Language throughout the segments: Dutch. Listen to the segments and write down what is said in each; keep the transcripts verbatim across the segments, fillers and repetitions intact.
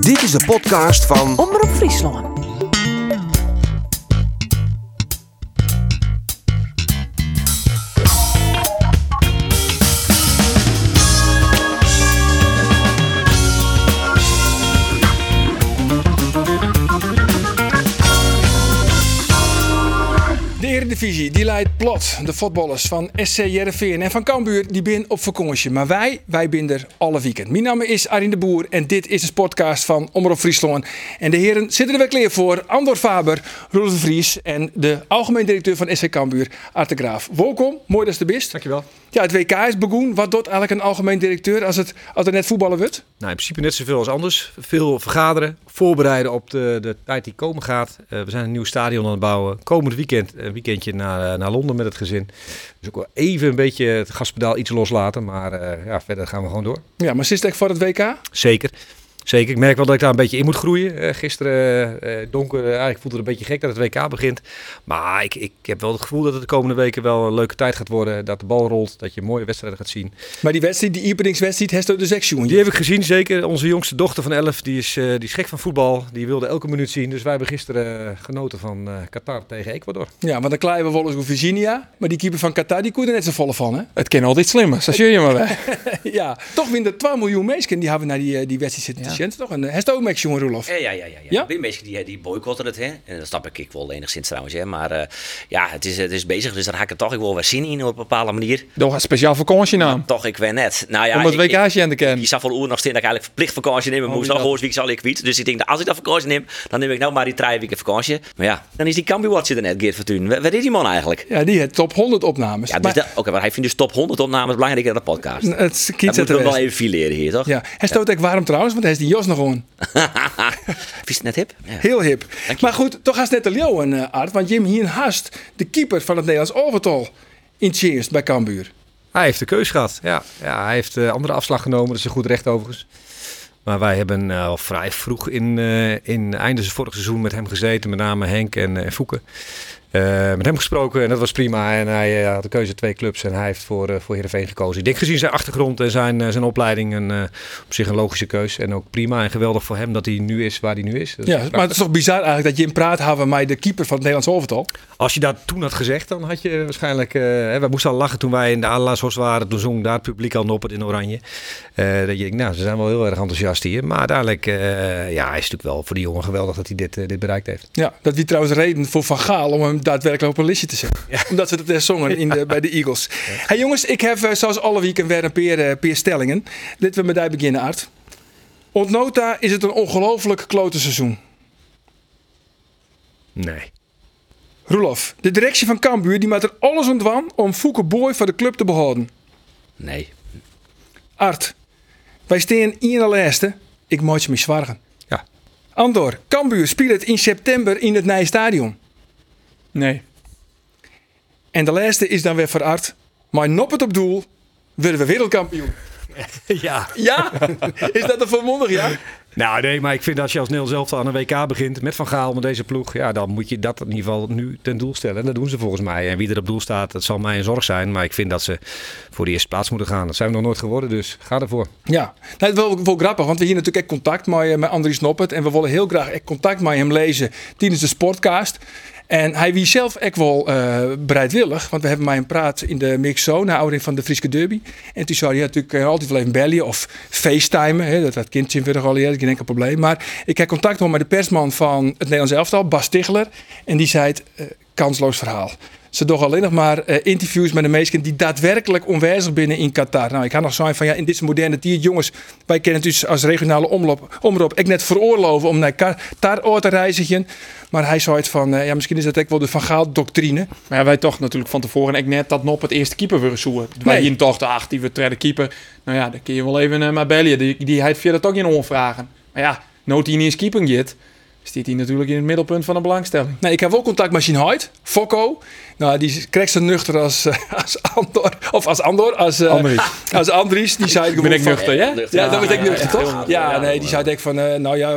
Dit is de podcast van Omroep Friesland. De Eredivisie die leidt plat. De voetballers van S C Heerenveen en van Cambuur die zijn op vakantie. Maar wij, wij zijn er alle weekend. Mijn naam is Arjen de Boer en dit is de podcast van Omroep Friesland. En de heren zitten er weer klaar voor. Andor Faber, Roelof de Vries en de algemeen directeur van S C Cambuur, Art de Graaf. Welkom, mooi dat je er bent. Dankjewel. Ja, het W K is begonnen. Wat doet eigenlijk een algemeen directeur als, het, als er net voetballen wordt? Nou, in principe net zoveel als anders. Veel vergaderen, voorbereiden op de, de tijd die komen gaat. Uh, we zijn een nieuw stadion aan het bouwen. Komend weekend een weekendje naar, naar Londen met het gezin. Dus ook wel even een beetje het gaspedaal iets loslaten. Maar uh, ja, verder gaan we gewoon door. Ja, maar zit het echt voor het W K? Zeker. Zeker. Ik merk wel dat ik daar een beetje in moet groeien. Uh, gisteren uh, donker, uh, eigenlijk voelde het een beetje gek dat het W K begint. Maar ik, ik heb wel het gevoel dat het de komende weken wel een leuke tijd gaat worden. Dat de bal rolt, dat je mooie wedstrijden gaat zien. Maar die wedstrijd, die openingswedstrijd, heeft ook de zes jongen. Die heb ik gezien, zeker. Onze jongste dochter van elf, die is, uh, die is gek van voetbal. Die wilde elke minuut zien. Dus wij hebben gisteren uh, genoten van uh, Qatar tegen Ecuador. Ja, want dan klaaien we wel eens over Virginia. Maar die keeper van Qatar, die kon er net zo volle van, hè? Het kan altijd slimmer, zo zie je maar bij. Ja, toch winnen twee miljoen mensen die hebben naar die, die wedstrijd zitten te zien. Toch? En uh, heeft ook met jongen Roelof? Ja, ja, ja. ja, ja. Ja? Er zijn mensen die, die boycotten het, hè. En dat snap ik, ik wel enigszins trouwens, hè. Maar uh, ja, het is, het is bezig, dus daar ga ik het toch ik wel weer zin in op een bepaalde manier. Nog een speciaal vakantienaam. Toch, ik weet net. Nou ja, Om het W K'tje aan te Je kennen. zag van oer nog steeds dat ik eigenlijk verplicht vakantie nemen. Oh, Moest wie nog dat? hoors wie zal ik kwijt. Dus ik denk dat als ik dat vakantie neem, dan neem ik nou maar die drie weken vakantie. Maar ja, dan is die Cambuur er net, Geert Fortuyn. Waar is die man eigenlijk? Ja, die heeft top honderd opnames. Ja, dus maar, dat- Oké, okay, maar hij vindt dus top honderd opnames belangrijker dan de podcast. het Dat kiet moeten zet we er wel wel even fileren hier, toch? Ja, hij stoot ook warm trouwens, want hij is die Jos nog gewoon. Is het net hip? Ja. Heel hip. Dank je. Maar goed, toch haast net de Leeuwen, uh, Art. Want Jim hier haast de keeper van het Nederlands elftal in het eerst bij Cambuur. Hij heeft de keus gehad. Ja, ja hij heeft uh, andere afslag genomen. Dat is een goed recht overigens. Maar wij hebben uh, al vrij vroeg in, uh, in einde van vorig seizoen met hem gezeten. Met name Henk en, uh, en Fouke. Uh, met hem gesproken en dat was prima. En hij uh, had de keuze twee clubs en hij heeft voor, uh, voor Heerenveen gekozen. Ik denk gezien zijn achtergrond en zijn, uh, zijn opleiding een, uh, op zich een logische keus. En ook prima en geweldig voor hem dat hij nu is waar hij nu is. Dat is Ja, maar het is toch bizar eigenlijk dat Jim praat hebben met de keeper van het Nederlands elftal. Als je dat toen had gezegd, dan had je waarschijnlijk... Uh, hè, wij moesten al lachen toen wij in de Adelaarshorst waren. Toen zong daar het publiek al op het in oranje. Uh, dat je denkt, nou, ze zijn wel heel erg enthousiast hier. Maar uiteindelijk, uh, ja, hij is natuurlijk wel voor die jongen geweldig dat hij dit, uh, dit bereikt heeft. Ja, dat wie trouwens reden voor Van Gaal om hem daadwerkelijk op een listje te zetten. Ja. Omdat ze het er zongen in de, bij de Eagles. Ja. Hey jongens, ik heb uh, zoals alle weekend weer een paar, uh, paar stellingen. Dit we met daar beginnen, Art. Ontnota is het een ongelooflijk klote seizoen. Nee. Roelof, de directie van Cambuur die maakt er alles aan dwan om Fouke Boy voor de club te behouden. Nee. Art, wij staan in de laatste. Ik moet je me zwargen. Ja. Andor, Cambuur speelt het in september in het nieuwe stadion. Nee. En de laatste is dan weer voor Art. Maar noppet op doel, worden we wereldkampioen. Ja. Ja? Is dat een volmondig ja? Nou nee, maar ik vind dat als je als Nederlands elftal aan een W K begint met Van Gaal, met deze ploeg, ja, dan moet je dat in ieder geval nu ten doel stellen. En dat doen ze volgens mij. En wie er op doel staat, dat zal mij een zorg zijn. Maar ik vind dat ze voor de eerste plaats moeten gaan. Dat zijn we nog nooit geworden, dus ga ervoor. Ja, nou, het is wel, wel grappig, want we hier natuurlijk echt contact met, met Andries Noppert. En we willen heel graag echt contact met hem lezen tijdens de Sportcast. En hij wie zelf echt wel uh, bereidwillig, want we hebben mij een praat in de mixo naar oudering van de Frieske Derby. En toen zou hij natuurlijk uh, altijd wel even bellen of facetimen. Hè, dat dat kindje weer al eerder, geen enkel probleem. Maar ik heb contact gehad met de persman van het Nederlands elftal, Bas Ticheler. En die zei het, uh, kansloos verhaal. Ze doen alleen nog maar uh, interviews met de mensen die daadwerkelijk onwijzig binnen in Qatar. Nou, ik ga nog zeggen van ja, in dit moderne tijd, jongens, wij kennen het dus als regionale omloop, omroep. Ik net veroorloven om naar Qatar te reizigen. Maar hij zei het van, uh, ja, misschien is dat ook wel de Van Gaal-doctrine. Maar ja, wij toch natuurlijk van tevoren ik net dat Nop het eerste keeper willen zoeken. Wij Nee. hier toch de ach, die we treden keeper. Nou ja, dan kun je wel even uh, maar bellen. Die, die hij via dat ook in onvragen. Maar ja, nooit hij niet eens keeping get, staat hij natuurlijk in het middelpunt van de belangstelling. Nee, ik heb wel contact met zijn huid, Fokko. Nou, die krijgt zo nuchter als, uh, als Andor. Of als Andor, als, uh, Andries. als Andries. Die zei Ben ik van- nuchter, ja? nuchter. Ja, dat was ik Ja, nuchter, ja, toch? ja, Ja, ja, nee, ja, die zei ik van, uh, nou ja,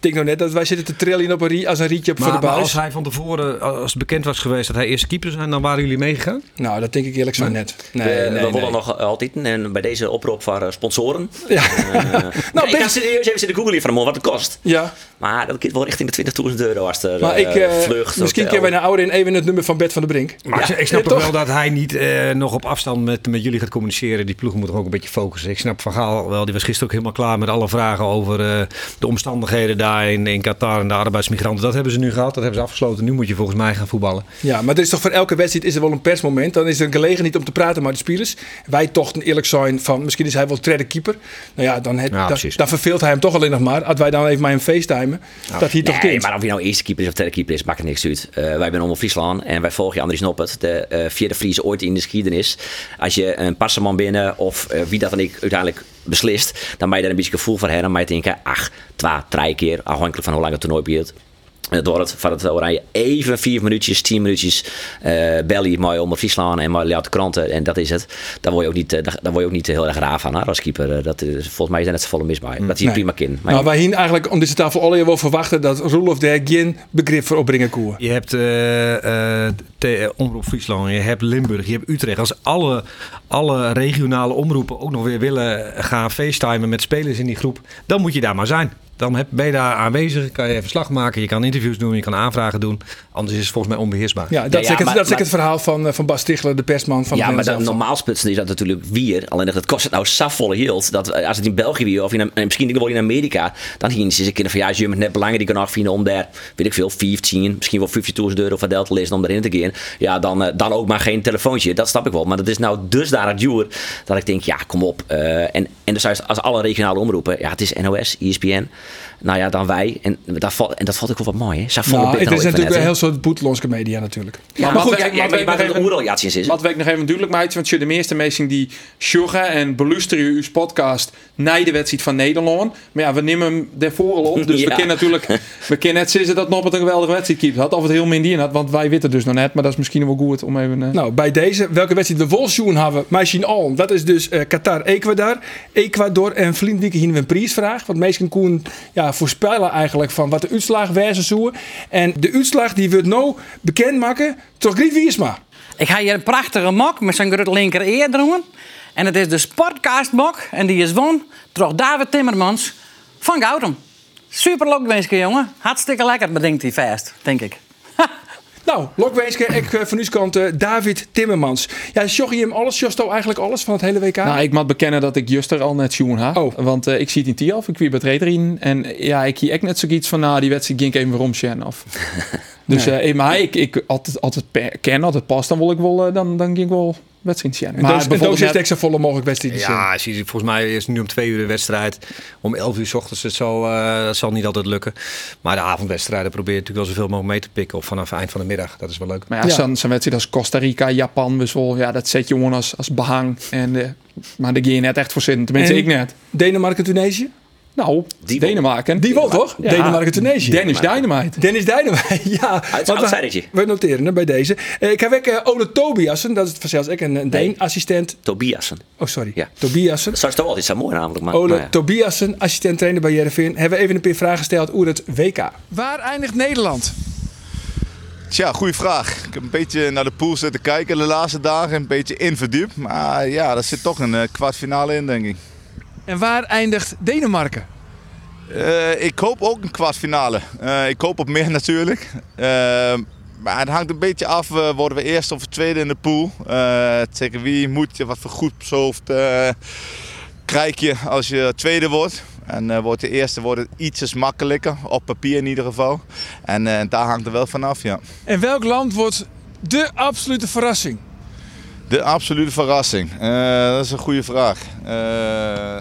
denk nog net dat wij zitten te trillen op een rie, als een rietje op Maar, voor de maar buis. als hij van tevoren, als het bekend was geweest dat hij eerste keeper zou zijn, dan waren jullie meegegaan? Nou, dat denk ik eerlijk zo Nee. net. Nee, we nee, we nee. willen nog altijd en bij deze oproep van uh, sponsoren. Ja. Uh, Nou, nou, ik best- ga serieus even zitten googlen van wat het kost. Ja, Maar dat gaat wel richting de twintigduizend euro als er maar uh, ik, uh, vlucht. misschien hotel. kunnen wij naar Oude even het nummer van Bert van der Brink. Maar Ja. ik- ik snap Ja, toch toch? wel dat hij niet eh, nog op afstand met, met jullie gaat communiceren. Die ploeg moet toch ook een beetje focussen. Ik snap Van Gaal wel, die was gisteren ook helemaal klaar met alle vragen over uh, de omstandigheden daar in, in Qatar en de arbeidsmigranten. Dat hebben ze nu gehad, dat hebben ze afgesloten. Nu moet je volgens mij gaan voetballen. Ja, maar er is toch voor elke wedstrijd is er wel een persmoment. Dan is er een gelegenheid om te praten met de spelers. Wij toch eerlijk zijn van, misschien is hij wel derde keeper. Nou ja, dan, het, Ja, dan, precies. dan verveelt hij hem toch alleen nog maar. Als wij dan even met hem facetimen, dat hij toch Nee, kind. maar of je nou eerste keeper is of tweede keeper is, maakt er niks uit. Uh, wij zijn onder Friesland en wij volgen Andries Noppert, de uh, vierde Fries ooit in de geschiedenis. Als je een passerman binnen of uh, wie dat dan ik uiteindelijk beslist, dan ben je daar een beetje gevoel voor hebben. Dan ben je denken, ach, twee, drie keer, afhankelijk van hoe lang het toernooi beheert. Door het van het Oranje even vier minuutjes, tien minuutjes uh, belly mooi onder Friesland en mooi de kranten en dat is het. Daar word je ook niet, uh, daar, daar word je ook niet heel erg raar van hè, als keeper. Uh, dat is, volgens mij is dat net zo volle mis bij. Dat is Nee. prima kind. Maar Nou, wij hier eigenlijk om deze tafel alle wel verwachten dat Roelof daar geen begrip voor opbrengen koer. Je hebt uh, uh, te, Omroep Friesland, je hebt Limburg, je hebt Utrecht. Als alle, alle regionale omroepen ook nog weer willen gaan facetimen met spelers in die groep, dan moet je daar maar zijn. Dan heb, ben je daar aanwezig, kan je verslag maken, je kan interviews doen, je kan aanvragen doen. Anders is het volgens mij onbeheersbaar. Ja, dat Ja, is ja, ik het, maar- dat is ik maar- het verhaal van, uh, van Bas Stichler, de persman van ja, het maar dan, Nederlands normaal spitsen is dat natuurlijk weer. Alleen dat het kost het nou safvolle hield. Dat eh, als het in België weer of in, en misschien wel in Amerika, dan hier is een keer van ja, je met net belangen die kan afvinden om daar, weet ik veel, vijftien, misschien wel vijftigduizend euro van Delta lezen om daarin te gaan. Ja, dan, uh, dan ook maar geen telefoontje. Dat snap ik wel. Maar dat is nou dusdanig duur dat ik denk, ja, kom op. Uh, en, en dus als, als alle regionale omroepen, ja, het is N O S, E S P N. Nou ja, dan wij. En dat valt, en dat valt ook wel wat mooi, hè? Safvolle Nou, bit het nou is even natuurlijk net, een hè? heel soort boetelonske media natuurlijk. Ja, Maar maar wat goed, wij- ja, ja, wat maar je wij maakt nog het even- oeraljaats is. Wat ik nog even duidelijk maak, want je de meeste mensen die sjoggen en beluisteren uw podcast na de wedstrijd van Nederland. Maar ja, we nemen hem daarvoor al op. Dus Ja. we kunnen natuurlijk, we kunnen net zeggen dat Noppert een geweldige wedstrijd keept had. Of het heel min had, want wij weten dus nog net. Maar dat is misschien wel goed om even... Uh, Nou, bij deze, welke wedstrijd we Wolfsjoen hebben, Machine All. Dat is dus uh, Qatar, Ecuador. Ecuador en vriendelijke hier een prijsvraag. Want mensen kunnen ja, voorspellen eigenlijk van wat de uitslag wijzen zoeken. En de uitslag die wordt nou bekendmaken door Griet Wiersma. Ik ga hier een prachtige mok met zo'n groot linker eer doen. En het is de Sportcast mok. En die is won door David Timmermans van Goudem. Super leuk wensen, jongen. Hartstikke lekker, bedenkt hij vast, denk ik. Nou, Lokweeske, ik uh, van uw kant uh, David Timmermans. Ja, sjog je hem alles? Sjost al eigenlijk alles van het hele W K? Nou, ik moet bekennen dat ik juist er al net sjoen ha. Oh. Want uh, ik zie het in Tialf, ik wie bij het in. En ja, ik zie echt net zoiets van, nou, die wedstrijd ging ik even waarom zien af. Dus, Nee. nee. uh, maar ik, ik altijd, altijd per- ken, altijd pas, dan wil ik wel, uh, dan, dan ging ik wel wedstrijd zien. maar Maar dus, en bijvoorbeeld is het net- extra volle mogelijk wedstrijd. Ja, als je- volgens mij is het nu om twee uur de wedstrijd. Om elf uur 's ochtends. Het zal, uh, dat zal niet altijd lukken. Maar de avondwedstrijden probeer je natuurlijk wel zoveel mogelijk mee te pikken. Of vanaf eind van de middag. Dat is wel leuk. Maar ja, Ja. zo'n zo'n wedstrijd als Costa Rica, Japan, dus wel, ja, dat zet je gewoon als, als behang. En, uh, maar daar ga je net echt voor zitten. Tenminste, En- ik net. Denemarken, Tunesië? Nou, Die wel. Denemarken. Die wel toch? Ja. Denemarken, Tunesië. Dennis Dynamite. Dennis Dynamite, ja. Uit- Want we- outsidertje. We noteren hem bij deze. Eh, ik heb ook uh, Ole Tobiassen, dat is vanzelfs ook een, een Nee. Deen-assistent. Tobiassen. Oh, sorry. Ja. Tobiassen. Dat is toch altijd zo mooi namelijk. Maar, Ole maar ja. Tobiassen, assistent-trainer bij Heerenveen. Hebben we even een paar vragen gesteld over het W K. Waar eindigt Nederland? Tja, goede vraag. Ik heb een beetje naar de pool zitten kijken de laatste dagen. Een beetje in verdiept. Maar ja, daar zit toch een uh, kwartfinale in, denk ik. En waar eindigt Denemarken? Uh, ik hoop ook een kwartfinale. Uh, ik hoop op meer natuurlijk. Uh, maar het hangt een beetje af. Uh, worden we eerst of tweede in de pool? Uh, tegen wie moet je? Wat voor groepshoofd uh, krijg je als je tweede wordt? En uh, wordt de eerste wordt het ietsjes makkelijker. Op papier in ieder geval. En uh, daar hangt er wel vanaf, ja. En welk land wordt de absolute verrassing? De absolute verrassing. Uh, dat is een goede vraag. Uh,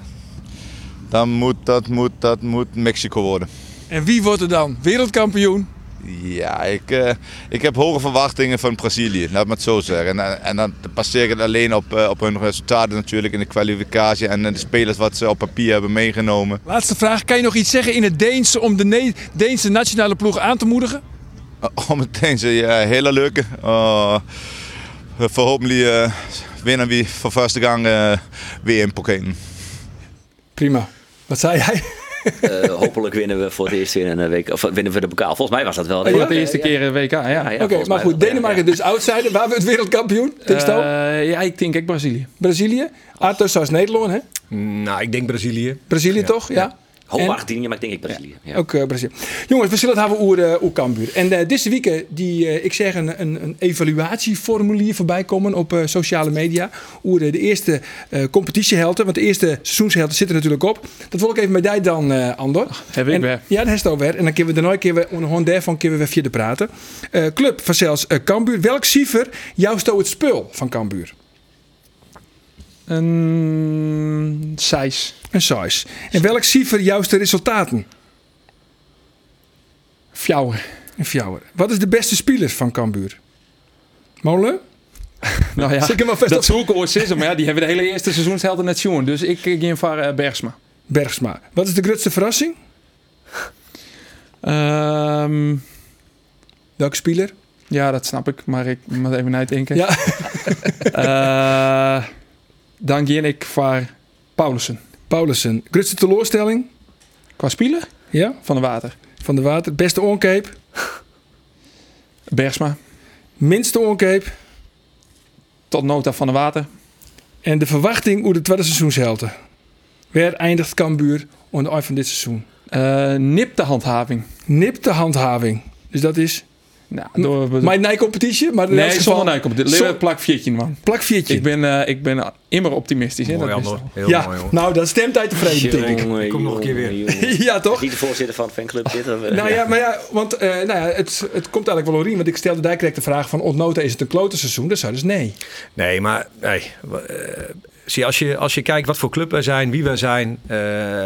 dan moet, dat, moet, dat moet Mexico worden. En wie wordt er dan wereldkampioen? Ja, ik, uh, ik heb hoge verwachtingen van Brazilië, laat me het zo zeggen. En, en dan baseer ik het alleen op, uh, op hun resultaten natuurlijk in de kwalificatie en de spelers wat ze op papier hebben meegenomen. Laatste vraag. Kan je nog iets zeggen in het Deens om de Ne- Deense nationale ploeg aan te moedigen? Uh, om meteen ze ja, hele leuke. Uh, Verhopelijk uh, winnen we voor de eerste gang uh, weer in Pokalen. Prima. Wat zei jij? uh, hopelijk winnen we voor het eerst weer een week. Of winnen we de bokaal. Volgens mij was dat wel. Voor Ja, het eerste ja, keer een W K, ja. ja, ja, Oké, volgens maar mij goed. wel, Denemarken ja, ja. dus outsider. Waar wordt wereldkampioen? Tinksto? Uh, ja, ik denk ik Brazilië. Brazilië. Arthur zoals Nederland, hè? Nou, ik denk Brazilië. Brazilië Ja. toch? Ja. Hoop En- Argentinië, maar ik denk ik Brazilië. Ja. Ook uh, Brazilië. Jongens, we zullen het hebben over, uh, over Cambuur. En uh, deze week, die, uh, ik zeg een, een, een evaluatieformulier voorbij komen op uh, sociale media. Over uh, de eerste uh, competitiehelden. Want de eerste seizoenshelden zitten er natuurlijk op. Dat wil ik even met jij dan, uh, Andor. Heb ik En- weer. Ja, dat is het ook weer. En dan kunnen we daarna keer gewoon daarvan kunnen we weer verder praten. Uh, club van zelfs uh, Cambuur. Welk cijfer jouwst het spul van Cambuur? Een zes. Een size. En welk cijfer jouwst de resultaten? Fjouwer. Een fjouwer. Wat is de beste speler van Cambuur? Molen? Nou ja, Zeker maar vast dat op- zoek ik ooit zitten, maar ja, die hebben de hele eerste seizoenshelden net zien. Dus ik uh, ging voor uh, Bergsma. Bergsma. Wat is de grootste verrassing? Ehm, Welke speler? ja, dat snap ik, maar ik moet even nadenken. Ja. Eh, dan ging ik voor Paulussen. Paulussen. Grootste teleurstelling? Qua spelen Ja. van de water. Van de water. Beste oncape? Bergsma. Minste oncape? Tot nota van de water. En de verwachting hoe de tweede seizoenshelte. Waar eindigt Cambuur aan het eind van dit seizoen? Uh, nip de handhaving. Nipte handhaving. Dus dat is... Nou, door, Maar niet competitie, maar in elk nee, geval... zonder uitkomt. Dit Zo- leeuwen plak viertje, man. Plak viertje. Ik ben, uh, ik ben immer optimistisch. Hè, Mooi, dat is Andor. toch. Heel ja, mooi, hoor. nou, dat stemt uit tevreden, denk ik. Jongen, Ik kom nog een keer weer. jongen, jongen. Ja, toch? Niet de voorzitter van het fanclub dit? Of, Nou ja, maar ja, want eh, nou ja, het, het komt eigenlijk wel overeen. Want ik stelde daar direct de vraag van... Ontnota is het een klote seizoen? Dat zou dus nee. Nee, maar nee, w- eh, zie, als, je, als je kijkt wat voor club wij zijn, wie wij zijn, eh,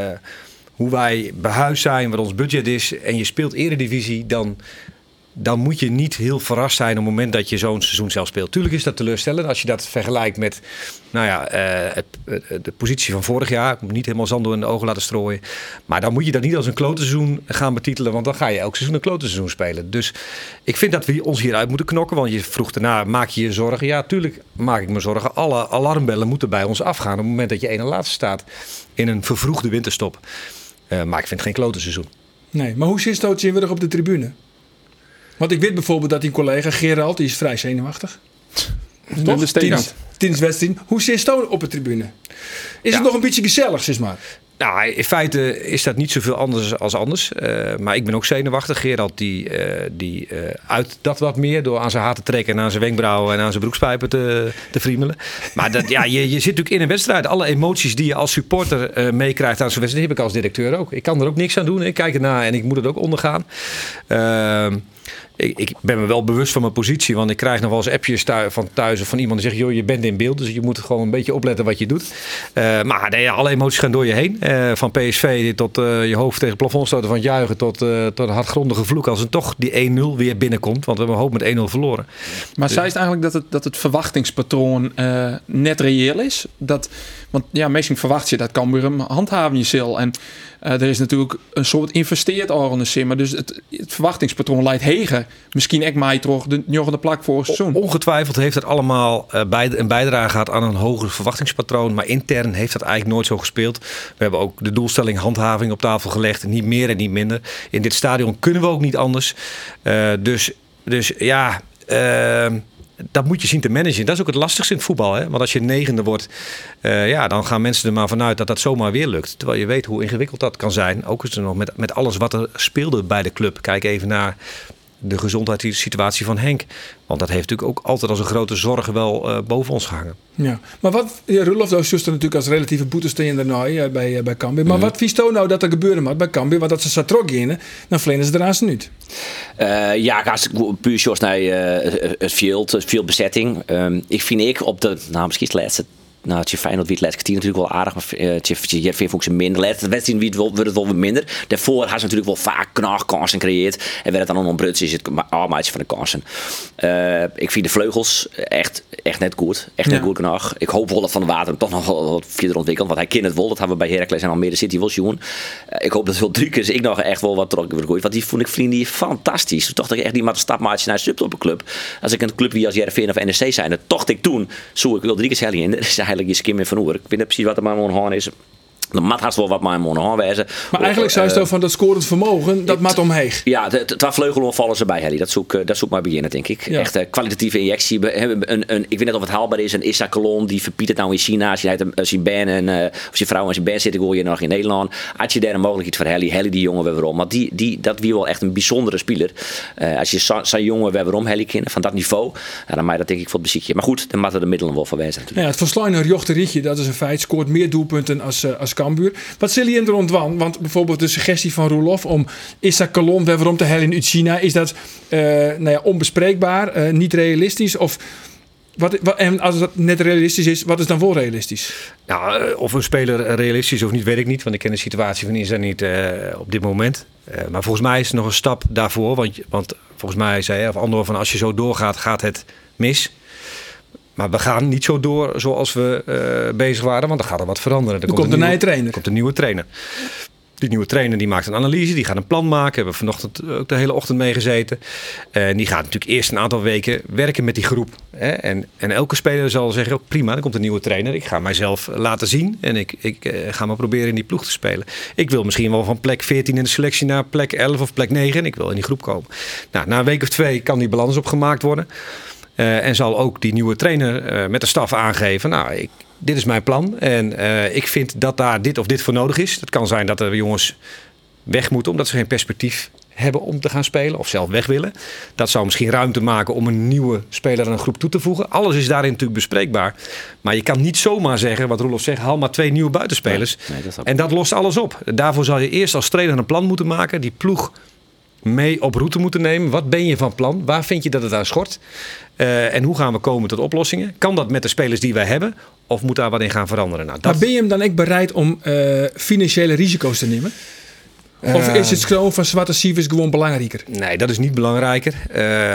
hoe wij behuisd zijn, wat ons budget is, en je speelt eredivisie, dan, dan moet je niet heel verrast zijn op het moment dat je zo'n seizoen zelf speelt. Tuurlijk is dat teleurstellend als je dat vergelijkt met nou ja, eh, het, het- de positie van vorig jaar. Ik moet niet helemaal zand door in de ogen laten strooien. Maar dan moet je dat niet als een klote seizoen gaan betitelen, want dan ga je elk seizoen een klote seizoen spelen. Dus ik vind dat we ons hieruit moeten knokken, want je vroeg daarna, maak je je zorgen? Ja, tuurlijk maak ik me zorgen. Alle alarmbellen moeten bij ons afgaan op het moment dat je één en laatste staat in een vervroegde winterstop. Eh, maar ik vind het geen klote seizoen. Nee, maar hoe zit het weer op de tribune? Want ik weet bijvoorbeeld dat die collega Gerald, die is vrij zenuwachtig. Toch? De steekant. Tijdens wedstrijd. Hoe zit het op de tribune? Is Ja. het nog een beetje gezellig, zeg maar? Nou, in feite is dat niet zoveel anders als anders. Uh, maar ik ben ook zenuwachtig. Gerald die, uh, die uh, uit dat wat meer door aan zijn haar te trekken en aan zijn wenkbrauwen en aan zijn broekspijpen te, te friemelen. Maar dat, ja, je, je zit natuurlijk in een wedstrijd. Alle emoties die je als supporter uh, meekrijgt aan zo'n wedstrijd, heb ik als directeur ook. Ik kan er ook niks aan doen. Ik kijk ernaar en ik moet het ook ondergaan. Uh, Ik, ik ben me wel bewust van mijn positie, want ik krijg nog wel eens appjes thuis, van thuis of van iemand die zegt, joh, je bent in beeld, dus je moet gewoon een beetje opletten wat je doet. Uh, maar nee, alle emoties gaan door je heen. Uh, van P S V tot uh, je hoofd tegen het plafond stoten van het juichen tot, uh, tot een hardgrondige vloek als er toch die één nul weer binnenkomt, want we hebben hoop met één nul verloren. Maar Dus- zei het eigenlijk dat het, dat het verwachtingspatroon uh, net reëel is? Dat, want ja, meestal verwacht je dat Cambuur hem handhaven je zal. En uh, er is natuurlijk een soort investeerd al in de sim. Maar dus het, het verwachtingspatroon leidt heger. Misschien ek mij toch de joggende plak voor het seizoen. Ongetwijfeld heeft dat allemaal uh, bij, een bijdrage gehad aan een hoger verwachtingspatroon. Maar intern heeft dat eigenlijk nooit zo gespeeld. We hebben ook de doelstelling handhaving op tafel gelegd. Niet meer en niet minder. In dit stadion kunnen we ook niet anders. Uh, dus, dus ja... Uh, dat moet je zien te managen. Dat is ook het lastigste in het voetbal. Hè? Want als je negende wordt, uh, ja, dan gaan mensen er maar vanuit dat dat zomaar weer lukt. Terwijl je weet hoe ingewikkeld dat kan zijn. Ook is er nog met, met alles wat er speelde bij de club. Kijk even naar de gezondheidssituatie van Henk. Want dat heeft natuurlijk ook altijd als een grote zorg wel uh, boven ons gehangen. Ja, maar wat, ja, Roelof is natuurlijk als relatieve boetesteen daarna uh, bij, uh, bij Cambuur. Maar mm. wat vies nou dat er gebeuren moet bij Cambuur? Want dat ze zo trok in, dan vlenen ze eraan niet. Uh, ja, hartstikke puur zoals naar uh, het veld, het veel bezetting. Um, ik vind ik op de, nou misschien het laatste. Nou, het is Feyenoord wie het laatste kwartier natuurlijk wel aardig, maar uh, het is Jervin vond ik ze minder. Laatste wedstrijd wie het wel, wordt het wel wat minder. Daarvoor had ze natuurlijk wel vaak knaag kansen gecreëerd. En werd het dan nog een bruts, is het allemaal van de kansen. Uh, ik vind de vleugels echt, echt net goed. Echt net ja. goed knaag. Ik hoop wel dat Van de Water toch nog wel wat verder ontwikkelt. Want hij kent het wel. Dat hebben we bij Heracles en Almere City wel zien. Uh, ik hoop dat wel drie keer ik nog echt wel wat terug wil gooien. Want die vond ik vrienden fantastisch. Toch dat ik echt niet maar een stapmaatje naar een subtoppenclub. Als ik een club wie als Jervin of N S C zijn, tocht ik toen. Zo ik wil drie keer in. Er is eigenlijk je skim in van oer. Ik weet niet precies wat er maar aan is. Dan mat haast wel wat mijn monnen aanwijzen. Maar eigenlijk zou je uh, van dat scorend vermogen, dat mat omheeg. Ja, het was vleugelonvallen ze bij, Harry. Dat zoek, dat zoek maar beginnen, denk ik. Ja. Echt uh, kwalitatieve injectie. Een, een, een, ik weet niet of het haalbaar is. Een Issa Colon, die verpietert nou in China. Als je uh, zijn ben en uh, of zijn vrouw en zijn ben zit, ik hoor je nog in Nederland. Had je daar een mogelijkheid voor Harry, Harry die jongen weer waarom. Maar die, die, dat wie wel echt een bijzondere speler. Uh, als je zo'n zo jongen weer waarom Harry kennen, van dat niveau, ja, dan maak je dat denk ik voor het beziekje. Maar goed, dan moeten de middelen wel verwijzen natuurlijk. Ja, het verslaan Jochte Rietje, dat is een feit. Scoort meer doelpunten als, uh, als Cambuur. Wat zul je er rondwan? Want bijvoorbeeld de suggestie van Roelof om Issa Colon weer waarom te hellen in China, is dat uh, nou ja, onbespreekbaar, uh, niet realistisch? Of wat, wat, en als het net realistisch is, wat is dan wel realistisch? Nou, of een speler realistisch of niet, weet ik niet. Want ik ken de situatie van Issa niet uh, op dit moment. Uh, maar volgens mij is het nog een stap daarvoor. Want, want volgens mij zei hij, of Andor, van als je zo doorgaat, gaat het mis. Maar we gaan niet zo door zoals we uh, bezig waren, want dan gaat er wat veranderen. Er, er komt, komt een, een nieuwe trainer. Er komt een nieuwe trainer. Die nieuwe trainer die maakt een analyse, die gaat een plan maken. Hebben we vanochtend ook de hele ochtend mee gezeten. Uh, die gaat natuurlijk eerst een aantal weken werken met die groep. Hè? En, en elke speler zal zeggen, oh, prima, er komt een nieuwe trainer. Ik ga mijzelf laten zien en ik, ik uh, ga maar proberen in die ploeg te spelen. Ik wil misschien wel van plek veertien in de selectie naar plek elf of plek negen. En ik wil in die groep komen. Nou, na een week of twee kan die balans opgemaakt worden. Uh, en zal ook die nieuwe trainer uh, met de staf aangeven, nou, ik, dit is mijn plan. En uh, ik vind dat daar dit of dit voor nodig is. Het kan zijn dat er jongens weg moeten omdat ze geen perspectief hebben om te gaan spelen of zelf weg willen. Dat zou misschien ruimte maken om een nieuwe speler aan een groep toe te voegen. Alles is daarin natuurlijk bespreekbaar. Maar je kan niet zomaar zeggen, wat Roelof zegt, haal maar twee nieuwe buitenspelers. Nee, nee, dat en dat lost alles op. Daarvoor zal je eerst als trainer een plan moeten maken. Die ploeg mee op route moeten nemen. Wat ben je van plan? Waar vind je dat het aan schort? Uh, en hoe gaan we komen tot oplossingen? Kan dat met de spelers die wij hebben? Of moet daar wat in gaan veranderen? Nou, dat... Maar ben je hem dan ook bereid om uh, financiële risico's te nemen? Uh, of is het gewoon van zwarte cijfers gewoon belangrijker? Nee, dat is niet belangrijker. Uh,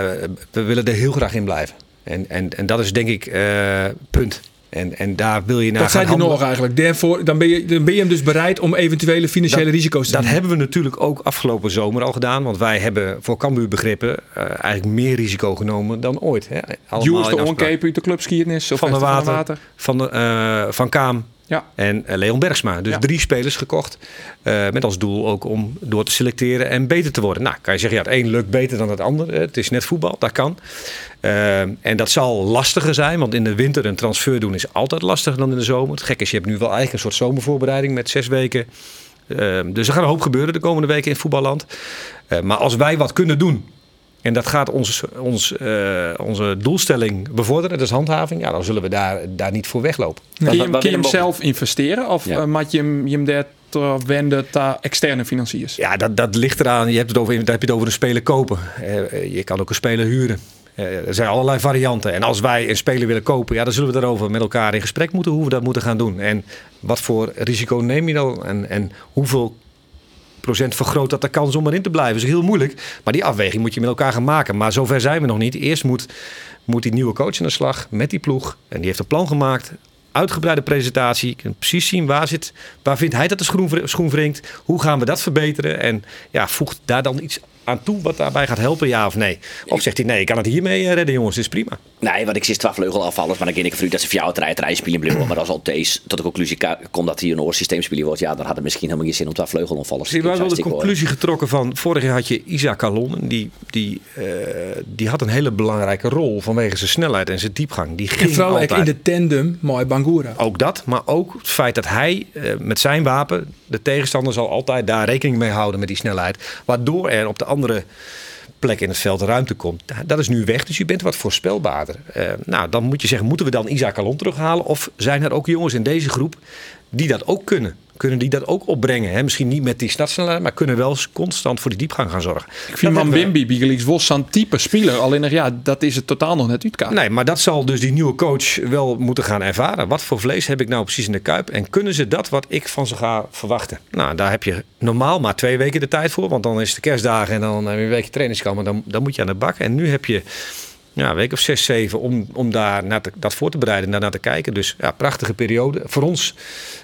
we willen er heel graag in blijven. En, en, en dat is denk ik uh, punt. En, en daar wil je naar Wat gaan zei je nog eigenlijk? Daarvoor, dan, ben je, dan ben je hem dus bereid om eventuele financiële dat, risico's te dat nemen? Dat hebben we natuurlijk ook afgelopen zomer al gedaan. Want wij hebben voor Cambuur begrippen uh, eigenlijk meer risico genomen dan ooit. Jules de onkeep uit de clubskiernis? Of van de Water, van, de water. Van, de, uh, van Kaam. Ja. En uh, Leon Bergsma. Dus ja. drie spelers gekocht. Uh, met als doel ook om door te selecteren en beter te worden. Nou, kan je zeggen, ja, het een lukt beter dan het ander. Het is net voetbal, dat kan. Uh, en dat zal lastiger zijn. Want in de winter een transfer doen is altijd lastiger dan in de zomer. Het gek is, je hebt nu wel eigenlijk een soort zomervoorbereiding met zes weken. Uh, dus er gaat een hoop gebeuren de komende weken in voetballand. Uh, maar als wij wat kunnen doen. En dat gaat ons, ons, uh, onze doelstelling bevorderen, dat is handhaving. Ja, dan zullen we daar, daar niet voor weglopen. Kun je, kun je hem zelf investeren? Of ja. uh, moet je hem, je hem daar wenden naar externe financiers? Ja, dat, dat ligt eraan. Je hebt het over, daar heb je het over een speler kopen. Uh, je kan ook een speler huren. Uh, er zijn allerlei varianten. En als wij een speler willen kopen, ja, dan zullen we daarover met elkaar in gesprek moeten hoe we dat moeten gaan doen. En wat voor risico neem je dan? En, en hoeveel procent vergroot dat de kans om erin te blijven. Dat is heel moeilijk. Maar die afweging moet je met elkaar gaan maken. Maar zover zijn we nog niet. Eerst moet, moet die nieuwe coach aan de slag met die ploeg. En die heeft een plan gemaakt. Uitgebreide presentatie. Je kunt precies zien waar zit, waar vindt hij dat de schoen, schoen wringt. Hoe gaan we dat verbeteren? En ja, voegt daar dan iets aan toe wat daarbij gaat helpen, ja of nee? Of zegt hij, nee, ik kan het hiermee redden, jongens, dit is prima. Nee, want ik zie twaalf vleugelafvallers, maar dan ken ik vanuit dat ze voor jou het rijden spelen blijven. Maar als al deze tot de conclusie komt dat hier een oorsysteem spelen wordt, ja, dan had het misschien helemaal geen zin om twaalf vleugelafvallers te spelen. We hebben wel de conclusie hoor. getrokken van, vorig jaar had je Issa Colon, die, die, uh, die had een hele belangrijke rol vanwege zijn snelheid en zijn diepgang. Die ging en vooral altijd in de tandem, mooi Bangura. Ook dat, maar ook het feit dat hij uh, met zijn wapen, de tegenstander zal altijd daar rekening mee houden met die snelheid, waardoor er op de andere plek in het veld ruimte komt. Dat is nu weg, dus je bent wat voorspelbaarder. Uh, nou, dan moet je zeggen, moeten we dan Issa Colon terughalen? Of zijn er ook jongens in deze groep die dat ook kunnen? Kunnen die dat ook opbrengen? Hè? Misschien niet met die startsnelheid, maar kunnen wel constant voor die diepgang gaan zorgen. Ik vind man Wimby Bigeliks was zo'n type speler. Alleen ja, dat is het totaal nog net uitkaart. Nee, maar dat zal dus die nieuwe coach wel moeten gaan ervaren. Wat voor vlees heb ik nou precies in de kuip? En kunnen ze dat wat ik van ze ga verwachten? Nou, daar heb je normaal maar twee weken de tijd voor. Want dan is het de kerstdagen en dan heb je een weekje trainingskamp. Maar dan, dan moet je aan de bak. En nu heb je ja, een week of zes, zeven om, om daar naar te, dat voor te bereiden en daarnaar te kijken. Dus ja, prachtige periode. Voor ons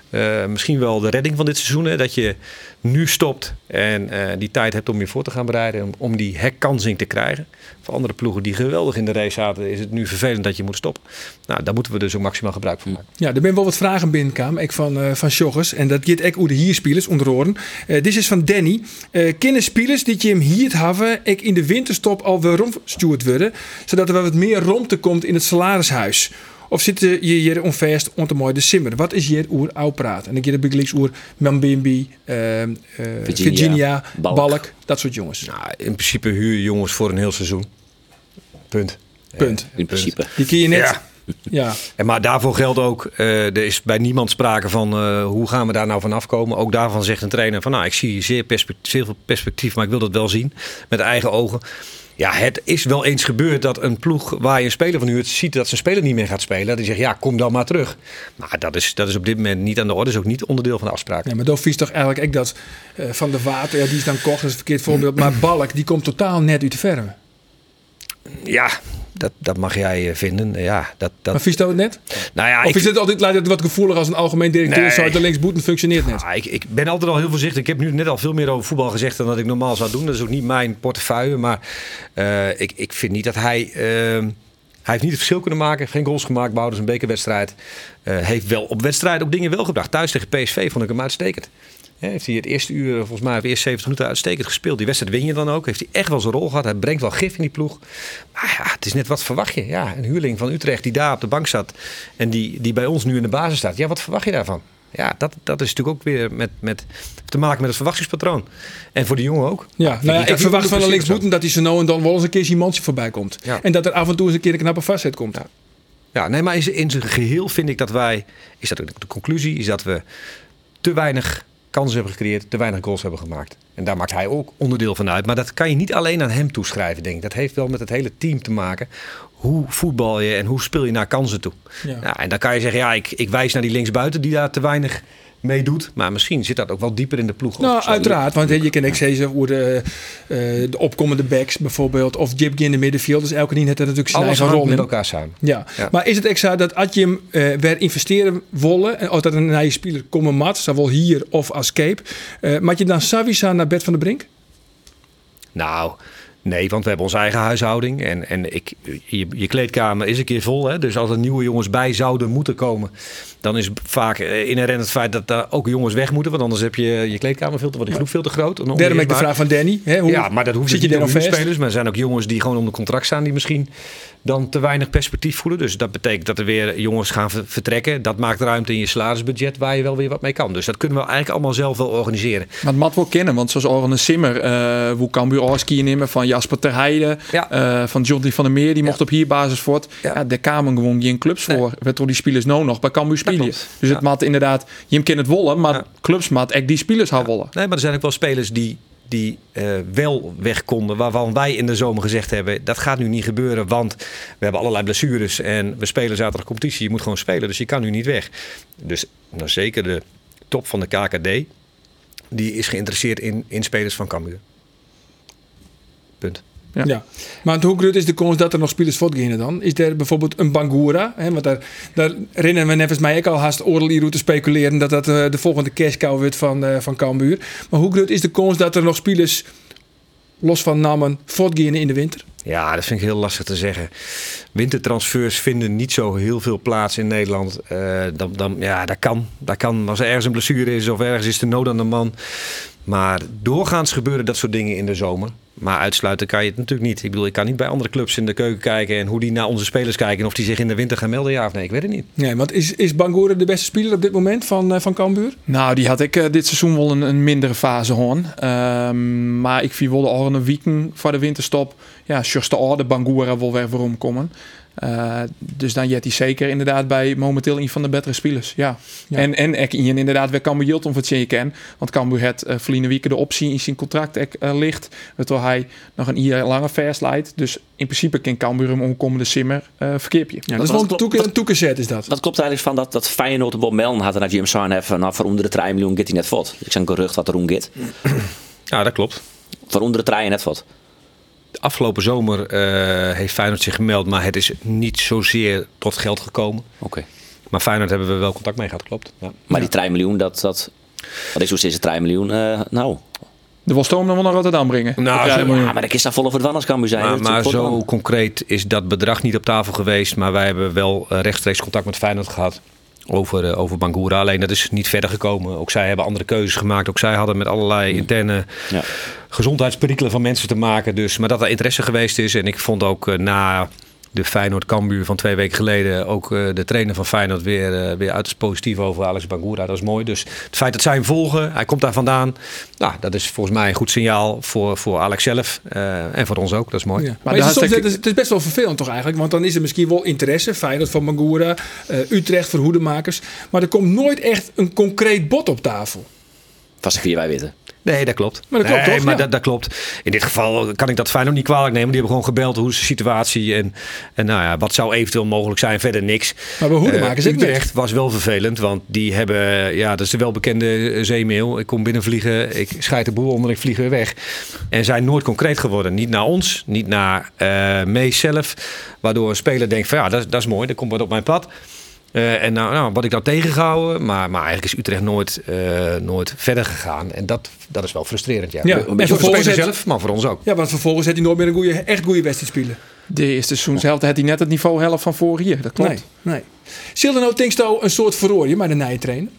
Uh, misschien wel de redding van dit seizoen. Hè, dat je nu stopt en uh, die tijd hebt om je voor te gaan bereiden. Om, om die herkansing te krijgen. Voor andere ploegen die geweldig in de race zaten, is het nu vervelend dat je moet stoppen. Nou, daar moeten we dus ook maximaal gebruik van maken. Ja, er zijn wel wat vragen binnenkomen. Ik van, uh, van joggers. En dat gaat ook over de hierspelers onder oren. Uh, dit is van Danny. Uh, Kennen spelers die je hem hier hebben, ik in de winterstop al weer rondgestuurd worden. Zodat er wel wat meer romte komt in het salarishuis. Of zitten je hier onvast om te mooi de simmer? Wat is hier oer oud praat? En ik heb het links oer Mambimbi, uh, uh, Virginia, Virginia Balk. Balk, dat soort jongens. Nou, in principe huur je jongens voor een heel seizoen. Punt. Punt. In principe. Die kun je net. Ja. Ja. En maar daarvoor geldt ook, uh, er is bij niemand sprake van uh, hoe gaan we daar nou vanaf komen. Ook daarvan zegt een trainer van nou, ik zie zeer perspectief, zeer veel perspectief, maar ik wil dat wel zien met eigen ogen. Ja, het is wel eens gebeurd dat een ploeg waar je een speler van huurt ziet dat zijn speler niet meer gaat spelen. Die zegt ja, kom dan maar terug. Maar dat is, dat is op dit moment niet aan de orde. Dat is ook niet onderdeel van de afspraak. Ja, maar dan vies toch eigenlijk ook dat uh, Van der Water, ja, die is dan kocht, dat is een verkeerd voorbeeld. Maar Balk, die komt totaal net uit de verven. Ja, dat, dat mag jij vinden. Ja, dat, dat... Maar vies dat het net? Nou ja, of ik... is het altijd lijkt het wat gevoelig als een algemeen directeur? Nee. Zou de linksboeten functioneert net? Ja, ik, ik ben altijd al heel voorzichtig. Ik heb nu net al veel meer over voetbal gezegd dan dat ik normaal zou doen. Dat is ook niet mijn portefeuille. Maar uh, ik, ik vind niet dat hij... Uh, hij heeft niet het verschil kunnen maken. Geen goals gemaakt. Behouden een bekerwedstrijd. Uh, heeft wel op wedstrijden ook dingen wel gebracht. Thuis tegen P S V vond ik hem uitstekend. Ja, heeft hij het eerste uur, volgens mij, de eerste zeventig minuten uitstekend gespeeld. Die wedstrijd win je dan ook. Heeft hij echt wel zijn rol gehad. Hij brengt wel gif in die ploeg. Maar ja, het is net wat verwacht je. Ja, een huurling van Utrecht die daar op de bank zat. En die, die bij ons nu in de basis staat. Ja, wat verwacht je daarvan? Ja, dat, dat is natuurlijk ook weer met, met te maken met het verwachtingspatroon. En voor de jongen ook. Ja, nou ja, ik verwacht van de linksboeten dat hij zo nou en dan wel eens een keer Simonsje voorbij komt. Ja. En dat er af en toe eens een keer een knappe vastzet komt. Ja, ja nee, maar in, in zijn geheel vind ik dat wij... Is dat ook de conclusie? Is dat we te weinig kansen hebben gecreëerd, te weinig goals hebben gemaakt. En daar maakt hij ook onderdeel van uit. Maar dat kan je niet alleen aan hem toeschrijven, denk ik. Dat heeft wel met het hele team te maken. Hoe voetbal je en hoe speel je naar kansen toe? Ja. Ja, en dan kan je zeggen, ja, ik, ik wijs naar die linksbuiten die daar te weinig mee doet. Maar misschien zit dat ook wel dieper in de ploeg. Nou, uiteraard. Want je kan ook zeggen hoe de, uh, de opkomende backs bijvoorbeeld. Of Jibke in de middenveld. Dus elke die net natuurlijk zijn alles eigen rol met elkaar samen. Ja. Ja. Maar is het extra dat als je hem uh, weer investeren willen. En als dat een nieuwe speler komen mat. Zowel hier of als Cape. Uh, maar je dan Savisa naar Bert van der Brink? Nou... Nee, want we hebben onze eigen huishouding. En, en ik, je, je kleedkamer is een keer vol. Hè? Dus als er nieuwe jongens bij zouden moeten komen... dan is vaak inherent het feit dat daar ook jongens weg moeten. Want anders heb je je kleedkamer veel te, wordt die groep veel te groot. Daarom heb ik de vraag van Danny. Hè? Hoe ja, maar dat hoeft zit niet je om spelers. Maar er zijn ook jongens die gewoon onder contract staan... die misschien dan te weinig perspectief voelen. Dus dat betekent dat er weer jongens gaan vertrekken. Dat maakt ruimte in je salarisbudget waar je wel weer wat mee kan. Dus dat kunnen we eigenlijk allemaal zelf wel organiseren. Maar het mat wel kennen. Want zoals Oranje Simmer... Uh, hoe kan we Orski nemen van Jasper ter Heijden... Ja. Uh, van Johnny van der Meer... die mocht ja. op hierbasis voort. Ja. Ja, daar kwamen gewoon geen clubs nee. voor. Werd door die spelers nou nog bij Cambuur spelen. Dus ja. het mat inderdaad... je hem kan het wollen... maar ja. clubs mat echt die spelers gaan ja. wollen. Nee, maar er zijn ook wel spelers die... die uh, wel weg konden, waarvan wij in de zomer gezegd hebben... dat gaat nu niet gebeuren, want we hebben allerlei blessures... en we spelen zaterdag competitie, je moet gewoon spelen... dus je kan nu niet weg. Dus nou, zeker de top van de K K D... die is geïnteresseerd in, in spelers van Cambuur. Punt. Ja. ja, maar hoe groot is de kans dat er nog spelers voortgaan dan? Is er bijvoorbeeld een Bangura? Hè? Want daar, daar herinneren we nevens mij ook al haast oorlog te speculeren... dat dat uh, de volgende cash cow wordt van, uh, van Cambuur. Maar hoe groot is de kans dat er nog spelers... los van namen voortgaan in de winter? Ja, dat vind ik heel lastig te zeggen. Wintertransfers vinden niet zo heel veel plaats in Nederland. Uh, dan, dan, ja, dat kan. dat kan. Als er ergens een blessure is of ergens is de nood aan de man... Maar doorgaans gebeuren dat soort dingen in de zomer. Maar uitsluiten kan je het natuurlijk niet. Ik bedoel, ik kan niet bij andere clubs in de keuken kijken... en hoe die naar onze spelers kijken... en of die zich in de winter gaan melden, ja of nee. Ik weet het niet. Nee, want is, is Bangura de beste speler op dit moment van, uh, van Cambuur? Nou, die had ik uh, dit seizoen wel een, een mindere fase hoorn. Um, maar ik viel wel al een weekend voor de winterstop... ja, just de orde Bangura wil weer waarom komen... Uh, dus dan jet hij zeker inderdaad bij momenteel een van de betere spelers. Ja. Ja. En, en ik in inderdaad weer Cambuur Jilton wat je ken. Want Cambuur het uh, verleden weken de optie in zijn contract ek, uh, ligt. Terwijl hij nog een jaar langer vers leidt. Dus in principe kan Cambuur hem omkomende simmer uh, verkeerpje. Ja, dat is wel een toeke, een toekenzet is dat. Dat klopt eigenlijk van dat, dat Feyenoord en Bob Melden hadden naar James Sarn even. Nou, voor onder de drie miljoen gaat hij net voort. Ik zeg een gerucht wat er om gaat. Ja, dat klopt. Voor onder de drie net voort. Afgelopen zomer uh, heeft Feyenoord zich gemeld, maar het is niet zozeer tot geld gekomen. Oké. Maar Feyenoord hebben we wel contact mee gehad, klopt. Ja. Maar die drie miljoen, dat... dat wat is hoe is het drie miljoen? Uh, nou... De wil Stoom dan wel naar Rotterdam brengen. Nou, ja, maar dat is daar vol over het Wanners kan zijn. Maar, maar zo aan. concreet is dat bedrag niet op tafel geweest. Maar wij hebben wel uh, rechtstreeks contact met Feyenoord gehad. Over, uh, over Bangura. Alleen dat is niet verder gekomen. Ook zij hebben andere keuzes gemaakt. Ook zij hadden met allerlei interne ja. gezondheidsperikelen van mensen te maken. Dus, maar dat er interesse geweest is. En ik vond ook uh, na de Feyenoord-Cambuur van twee weken geleden ook uh, de trainer van Feyenoord weer, uh, weer uiterst positief over Alex Bangura. Dat is mooi. Dus het feit dat zij hem volgen, hij komt daar vandaan. Nou, dat is volgens mij een goed signaal voor, voor Alex zelf uh, en voor ons ook. Dat is mooi. Ja. Maar, maar is het, soms, het, is, het is best wel vervelend toch eigenlijk. Want dan is er misschien wel interesse. Feyenoord van Bangura, uh, Utrecht voor hoedemakers. Maar er komt nooit echt een concreet bod op tafel. Vast vier wij weten. Nee, dat klopt. Maar dat klopt nee, toch? Maar ja. dat, dat klopt. In dit geval kan ik dat Feyenoord niet kwalijk nemen. Die hebben gewoon gebeld. Hoe is de situatie? En, en nou ja, wat zou eventueel mogelijk zijn? Verder niks. Maar bij hoedemakers uh, Utrecht was wel vervelend. Want die hebben, ja, dat is de welbekende zeemail. Ik kom binnenvliegen. Ik scheid de boel onder. Ik vlieg weer weg. En zijn nooit concreet geworden. Niet naar ons. Niet naar uh, Mees zelf. Waardoor een speler denkt van ja, dat, dat is mooi. Dat komt wat op mijn pad. Uh, en nou, nou, wat ik nou tegengehouden, maar, maar eigenlijk is Utrecht nooit, uh, nooit verder gegaan. En dat, dat is wel frustrerend. Ja. Ja, en voor de speler zelf, maar voor ons ook. Ja, want vervolgens heeft hij nooit meer een goede, echt goede wedstrijd spelen. De eerste seizoenshelft had hij net het niveau helft van vorig jaar. Dat klopt. Nee, nee. Zullen nou Tinksto een soort verrooien maar de nieuwe trainer?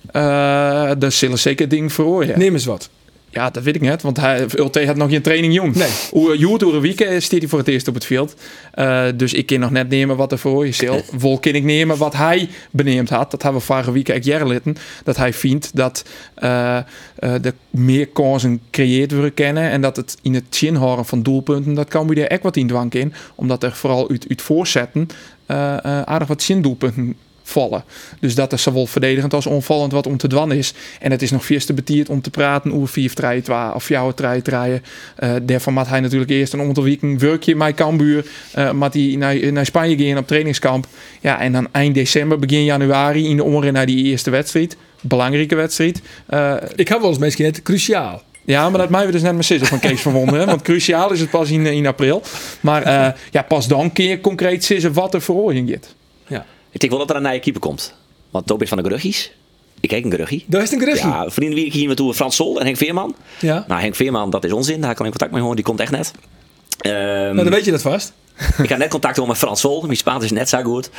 Uh, dat zullen zeker dingen verrooien. Ja. Neem eens wat. Ja, dat weet ik net, want hij, Ulte had nog geen training jong. Nee. Joert door een week staat hij voor het eerst op het veld. Uh, dus ik kan nog net nemen wat er voor je stil. Vol kan ik nemen wat hij beneemd had. Dat hebben we vorige week echt jaren dat hij vindt dat uh, uh, de meer kansen creëerd worden kennen. En dat het in het zinhouden van doelpunten, dat kan we er echt wat in dwang in. Omdat er vooral uit, uit voorzetten uh, uh, aardig wat zindoelpunten vallen. Dus dat er zowel verdedigend als onvallend wat om te dwan is. En het is nog veel te betierd om te praten over vier drie twee of vier drie drie. Uh, daarvan had hij natuurlijk eerst een aantal weken werkje met Cambuur. Uh, met die naar, naar Spanje gaan op trainingskamp. Ja, en dan eind december, begin januari in de omren naar die eerste wedstrijd. Belangrijke wedstrijd. Uh, ik heb wel eens misschien net cruciaal. Ja, maar dat mij we dus net mijn zitten van Kees van Wonderen. Want cruciaal is het pas in, in april. Maar uh, ja, pas dan kun je concreet zeggen wat er voor je gaat. Ja. Ik denk wel dat er een nieuwe keeper komt. Want Tobias van de Geruggies. Ik kijk een Geruggie. Daar is een Geruggie. Ja, vrienden wie ik hier met toe Frans Sol en Henk Veerman. Ja. Nou, Henk Veerman, dat is onzin. Daar kan ik contact mee horen. Die komt echt net. Um, nou, dan weet je dat vast. Ik had net contact houden met Frans Sol. Mijn Spaans is net zo goed.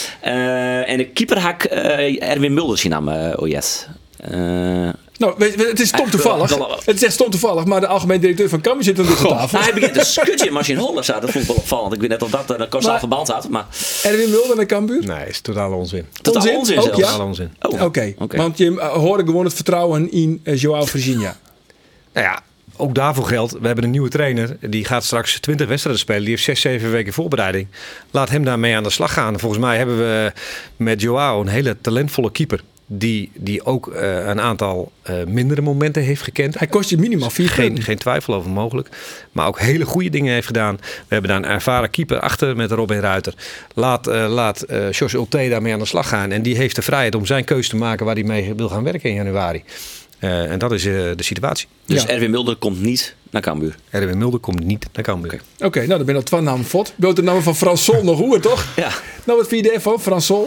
Uh, en de keeper had ik uh, Erwin Mulders in naam. Uh, oh yes. Uh, Nou, weet je, het is stom toevallig. Het is echt stom toevallig, maar de algemeen directeur van Cambuur zit aan deze tafel. Nou, hij begint een skutje in Machine Holland. Dat vond ik wel opvallend. Ik weet net of dat een kausaal verband had. Maar... Erwin Mulder naar Cambuur? Nee, is totaal onzin. Totaal onzin? onzin, ook, zelfs. Ja? Totaal onzin. Oh. Oké, okay. okay. Want je uh, hoorde gewoon het vertrouwen in uh, João Virginia. Nou ja, ook daarvoor geldt, we hebben een nieuwe trainer. Die gaat straks twintig wedstrijden spelen. Die heeft zes, zeven weken voorbereiding. Laat hem daarmee aan de slag gaan. Volgens mij hebben we met João een hele talentvolle keeper. Die, die ook uh, een aantal uh, mindere momenten heeft gekend. Hij kost je minimaal vier geen, geen twijfel over mogelijk. Maar ook hele goede dingen heeft gedaan. We hebben daar een ervaren keeper achter met Robin Ruiter. Laat, uh, laat uh, Jos Ulte daarmee aan de slag gaan. En die heeft de vrijheid om zijn keuze te maken waar hij mee wil gaan werken in januari. Uh, en dat is uh, de situatie. Dus ja. Erwin Mulder komt niet naar Cambuur? Erwin Mulder komt niet naar Cambuur. Oké, okay. okay, nou dan ben je al twee namen fot. Beeld de naam van Frans Sol nog hoe, toch? Ja. Nou, wat vind je ervan, Frans Sol?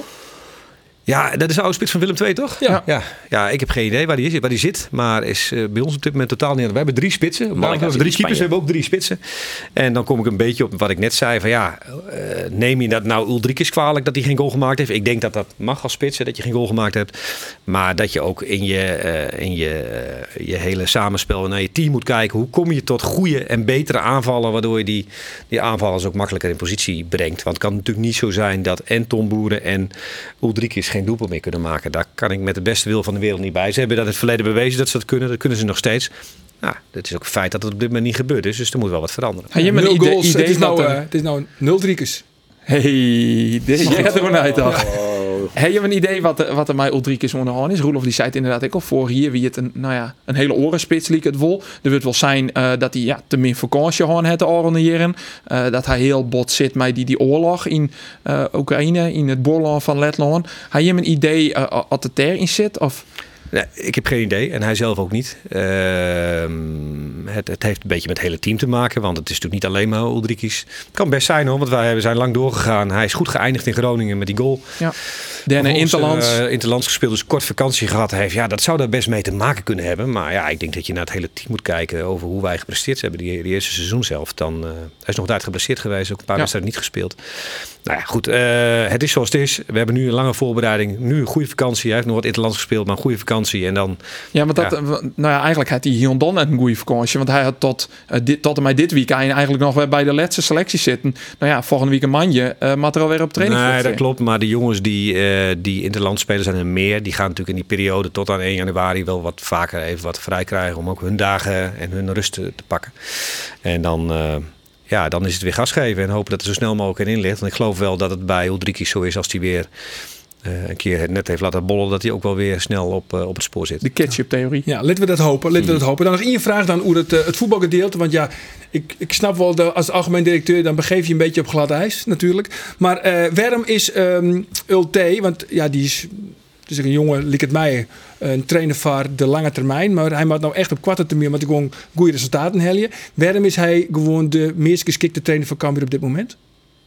Ja, dat is de oude spits van Willem twee, toch? Ja. Ja, ja ik heb geen idee waar die is, waar die zit. Maar is uh, bij ons op dit moment totaal niet. We hebben drie spitsen. We hebben drie keepers, we hebben ook drie spitsen. En dan kom ik een beetje op wat ik net zei. Van ja, uh, neem je dat nou Uldrikis kwalijk dat hij geen goal gemaakt heeft? Ik denk dat dat mag als spitsen, dat je geen goal gemaakt hebt. Maar dat je ook in je, uh, in je, uh, je hele samenspel naar je team moet kijken. Hoe kom je tot goede en betere aanvallen, waardoor je die, die aanvallers ook makkelijker in positie brengt. Want het kan natuurlijk niet zo zijn dat en Tom Boeren en Uldrikis geen doelpunt meer kunnen maken. Daar kan ik met de beste wil van de wereld niet bij. Ze hebben dat in het verleden bewezen dat ze dat kunnen. Dat kunnen ze nog steeds. Nou, het is ook een feit dat het op dit moment niet gebeurd is. Dus er moet wel wat veranderen. Ja, je hebt nul goals. Idee, het, is nou, uh, het is nou nul Driekes. Hey, dit jij gaat er gewoon uit toch? Heb je een idee wat, de, wat er mij Uldrikis onderhand is? Roelof die zei het inderdaad ook al voor hier. Wie het een, nou ja, een hele orenspits liep het wel. Er wordt wel zijn uh, dat hij ja, te min vakantie gewoon het organiseren. Uh, dat hij heel bot zit met die, die oorlog in uh, Oekraïne, in het boorland van Letland. Heb je een idee uh, wat het erin zit? Of... Nee, ik heb geen idee en hij zelf ook niet. Uh, het, het heeft een beetje met het hele team te maken, want het is natuurlijk niet alleen maar Uldrikis. Het kan best zijn hoor, want wij we zijn lang doorgegaan. Hij is goed geëindigd in Groningen met die goal. Ja. Derde Interlands. Uh, Interlands gespeeld, dus kort vakantie gehad heeft. Ja, dat zou daar best mee te maken kunnen hebben. Maar ja, ik denk dat je naar het hele team moet kijken over hoe wij gepresteerd hebben die, die eerste seizoen zelf. Dan, uh, hij is nog tijd geblesseerd geweest, ook een paar ja. wedstrijden niet gespeeld. Nou ja, goed. Uh, het is zoals het is. We hebben nu een lange voorbereiding. Nu een goede vakantie. Hij heeft nog wat Interlands gespeeld, maar een goede vakantie. En dan, ja, want dat, ja. nou ja, eigenlijk had hij hier dan net een goede vakantie. Want hij had tot, uh, dit, tot en met dit weekend eigenlijk nog weer bij de laatste selectie zitten. Nou ja, volgende week een manje. Uh, maar er alweer op training. Nee, dat klopt. Maar de jongens die, uh, die Interlands spelen zijn er meer. Die gaan natuurlijk in die periode tot aan één januari wel wat vaker even wat vrij krijgen. Om ook hun dagen en hun rust te, te pakken. En dan... Uh, Ja, dan is het weer gas geven en hopen dat er zo snel mogelijk in ligt. Want ik geloof wel dat het bij Uldrikis zo is als hij weer uh, een keer het net heeft laten bollen, dat hij ook wel weer snel op, uh, op het spoor zit. De ketchup-theorie. Ja, laten we dat hopen. Laten we dat hopen. Dan nog één vraag dan hoe het, uh, het voetbalgedeelte. Want ja, ik, ik snap wel dat als algemeen directeur, dan begeef je een beetje op glad ijs natuurlijk. Maar uh, waarom is um, Ulte, want ja, die is... Dus een jongen, liek het mij, een trainer voor de lange termijn. Maar hij moet nou echt op korte termijn met gewoon goede resultaten helpen. Waarom is hij gewoon de meest geschikte trainer voor Cambuur op dit moment?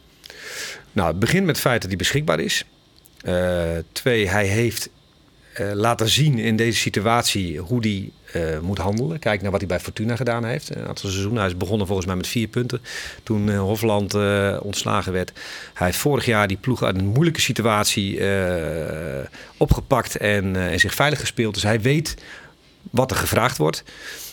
Nou, het begint met het feit dat hij beschikbaar is. Uh, twee, hij heeft uh, laten zien in deze situatie hoe hij uh, moet handelen. Kijk naar wat hij bij Fortuna gedaan heeft. Een aantal seizoenen. Hij is begonnen volgens mij met vier punten toen uh, Hofland uh, ontslagen werd. Hij heeft vorig jaar die ploeg uit een moeilijke situatie uh, opgepakt en, uh, en zich veilig gespeeld. Dus hij weet wat er gevraagd wordt.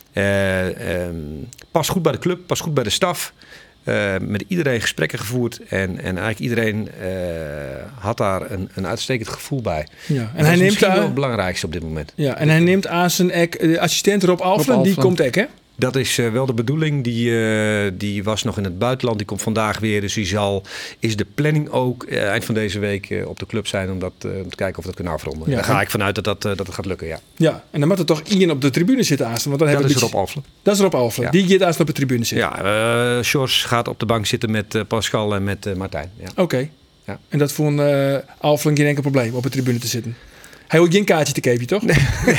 Uh, um, past goed bij de club, past goed bij de staf. Uh, met iedereen gesprekken gevoerd en, en eigenlijk iedereen uh, had daar een, een uitstekend gevoel bij. Ja, en, en hij is neemt wel daar het belangrijkste op dit moment. Ja, en hij neemt aan zijn ek, de assistent Rob Alflen, die komt ek, hè? Dat is uh, wel de bedoeling. Die, uh, die was nog in het buitenland. Die komt vandaag weer. Dus die zal, is de planning ook uh, eind van deze week uh, op de club zijn om, dat, uh, om te kijken of we dat kunnen afronden. Ja, Daar ga ik vanuit dat, dat, uh, dat het gaat lukken, ja. Ja, en dan moet er toch iemand op de tribune zitten aanstaan. Want dan dat is beetje... Rob Alflen. Dat is Rob Alflen. Ja. Die gaat aanstaan op de tribune zitten. Ja, uh, Sjors gaat op de bank zitten met uh, Pascal en met uh, Martijn. Ja. Oké. Okay. Ja. En dat vond uh, Alflen geen enkel probleem op de tribune te zitten. Hij hoeft geen kaartje te kepen, toch?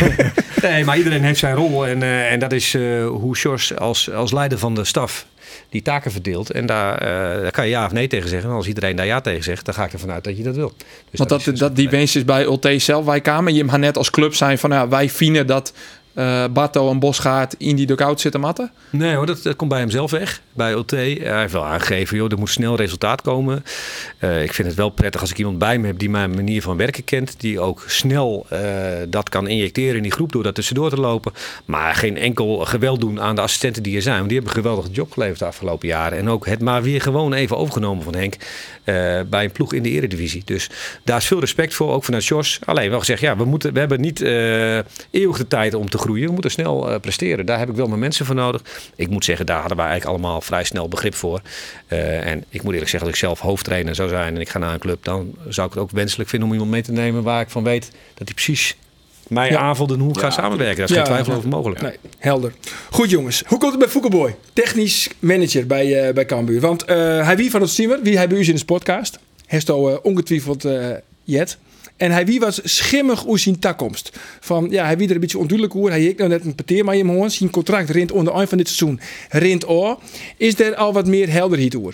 Nee, maar iedereen heeft zijn rol. En, uh, en dat is uh, hoe Sjors als, als leider van de staf die taken verdeelt. En daar, uh, daar kan je ja of nee tegen zeggen. En als iedereen daar ja tegen zegt, dan ga ik ervan uit dat je dat wil. Dus Want dat, dat, dat die wens is bij Ulte zelf. Wij kwamen je gaat net als club zijn van ja, wij vinden dat uh, Barto en Bosgaard in die dugout zitten matten. Nee hoor, dat, dat komt bij hem zelf weg. Bij Ulte. Hij heeft wel aangegeven, joh, er moet snel resultaat komen. Uh, ik vind het wel prettig als ik iemand bij me heb die mijn manier van werken kent. Die ook snel uh, dat kan injecteren in die groep door dat tussendoor te lopen. Maar geen enkel geweld doen aan de assistenten die er zijn. Want die hebben een geweldige job geleverd de afgelopen jaren. En ook het maar weer gewoon even overgenomen van Henk. Uh, bij een ploeg in de eredivisie. Dus daar is veel respect voor, ook vanuit Sjors. Alleen wel gezegd, ja, we, moeten, we hebben niet uh, eeuwig de tijd om te groeien. We moeten snel uh, presteren. Daar heb ik wel mijn mensen voor nodig. Ik moet zeggen, daar hadden wij eigenlijk allemaal vrij snel begrip voor. Uh, en ik moet eerlijk zeggen, als ik zelf hoofdtrainer zou zijn en ik ga naar een club, dan zou ik het ook wenselijk vinden om iemand mee te nemen waar ik van weet dat hij precies mij ja. aanvult en hoe ik ja, ga samenwerken. Daar is ja, geen twijfel ja. over mogelijk. Nee, helder. Goed jongens, hoe komt het bij Foukeboy? Technisch manager bij, uh, bij Cambuur. Want uh, hij wie van het team, wie hij bij u in de podcast. Heeft al uh, ongetwijfeld uh, jet. En hij wie was schimmig over zijn toekomst. Van ja, hij wie er een beetje onduidelijk over. Hij heeft nou net een parteer maar je hem zijn contract rint onder eind van dit seizoen rint al. Is er al wat meer helderheid over?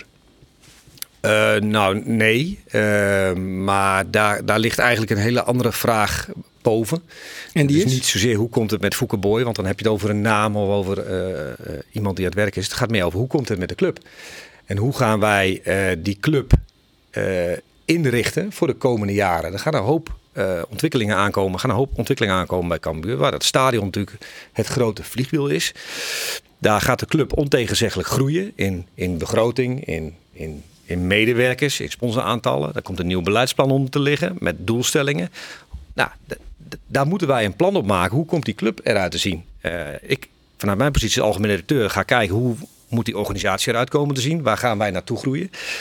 Uh, nou, nee. Uh, maar daar, daar ligt eigenlijk een hele andere vraag boven. En die dus is? Niet zozeer hoe komt het met Foukeboy, want dan heb je het over een naam of over uh, uh, iemand die aan het werk is. Het gaat meer over hoe komt het met de club. En hoe gaan wij uh, die club uh, inrichten voor de komende jaren. Er gaan een hoop uh, ontwikkelingen aankomen. Er gaan een hoop ontwikkelingen aankomen bij Cambuur. Waar het stadion natuurlijk het grote vliegwiel is. Daar gaat de club ontegenzeggelijk groeien in, in begroting, in, in, in medewerkers, in sponsoraantallen. Daar komt een nieuw beleidsplan onder te liggen met doelstellingen. Nou, d- d- daar moeten wij een plan op maken. Hoe komt die club eruit te zien? Uh, ik, vanuit mijn positie als algemeen directeur ga kijken hoe moet die organisatie eruit komen te zien. Waar gaan wij naartoe groeien?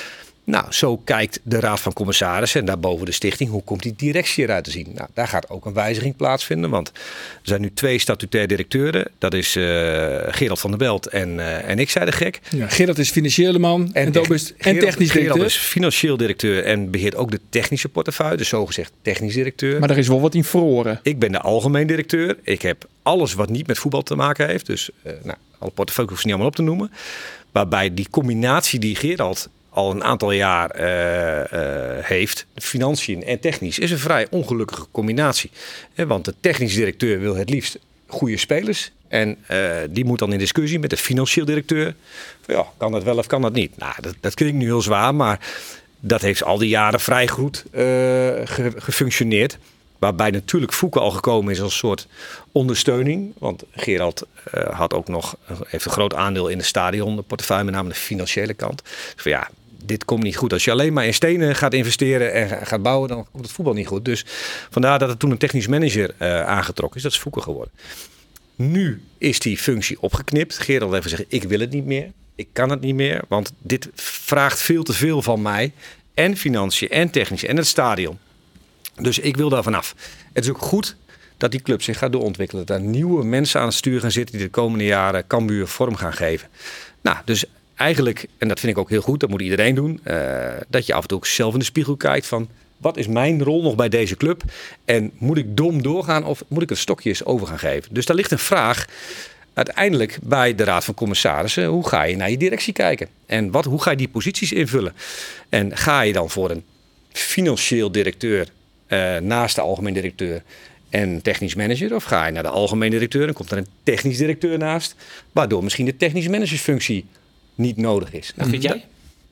Nou, zo kijkt de Raad van Commissarissen en daarboven de stichting. Hoe komt die directie eruit te zien? Nou, daar gaat ook een wijziging plaatsvinden. Want er zijn nu twee statutair directeuren. Dat is uh, Gerald van der Belt en, uh, en ik, zei de gek. Ja, Gerald is financiële man en, en, tech- is, en Gerald, technisch directeur. Gerald is financieel directeur en beheert ook de technische portefeuille. Dus zogezegd technisch directeur. Maar er is wel wat in verloren. Ik ben de algemeen directeur. Ik heb alles wat niet met voetbal te maken heeft. Dus uh, nou, alle portefeuille hoef ik niet allemaal op te noemen. Waarbij die combinatie die Gerald al een aantal jaar uh, uh, heeft, financiën en technisch, is een vrij ongelukkige combinatie. He, want de technisch directeur wil het liefst goede spelers. En uh, die moet dan in discussie met de financieel directeur. Van, ja, kan dat wel of kan dat niet? Nou, dat, dat klinkt nu heel zwaar, maar dat heeft al die jaren vrij goed uh, ge, gefunctioneerd. Waarbij natuurlijk Fouke al gekomen is als een soort ondersteuning. Want Gerald uh, had ook nog, heeft een groot aandeel in de stadion, de portefeuille, met name de financiële kant. Dus van ja, dit komt niet goed. Als je alleen maar in stenen gaat investeren en gaat bouwen, dan komt het voetbal niet goed. Dus vandaar dat er toen een technisch manager uh, aangetrokken is. Dat is Fouke geworden. Nu is die functie opgeknipt. Gerald heeft gezegd, ik wil het niet meer. Ik kan het niet meer, want dit vraagt veel te veel van mij. En financiën en technisch en het stadion. Dus ik wil daar vanaf. Het is ook goed dat die club zich gaat doorontwikkelen. Dat er nieuwe mensen aan het stuur gaan zitten die de komende jaren Cambuur vorm gaan geven. Nou, dus eigenlijk, en dat vind ik ook heel goed, dat moet iedereen doen. Uh, dat je af en toe ook zelf in de spiegel kijkt van, wat is mijn rol nog bij deze club? En moet ik dom doorgaan of moet ik het stokje eens over gaan geven? Dus daar ligt een vraag uiteindelijk bij de Raad van Commissarissen. Hoe ga je naar je directie kijken? En wat, hoe ga je die posities invullen? En ga je dan voor een financieel directeur Uh, naast de algemeen directeur en technisch manager? Of ga je naar de algemeen directeur en komt er een technisch directeur naast? Waardoor misschien de technisch managersfunctie niet nodig is. Wat vind jij?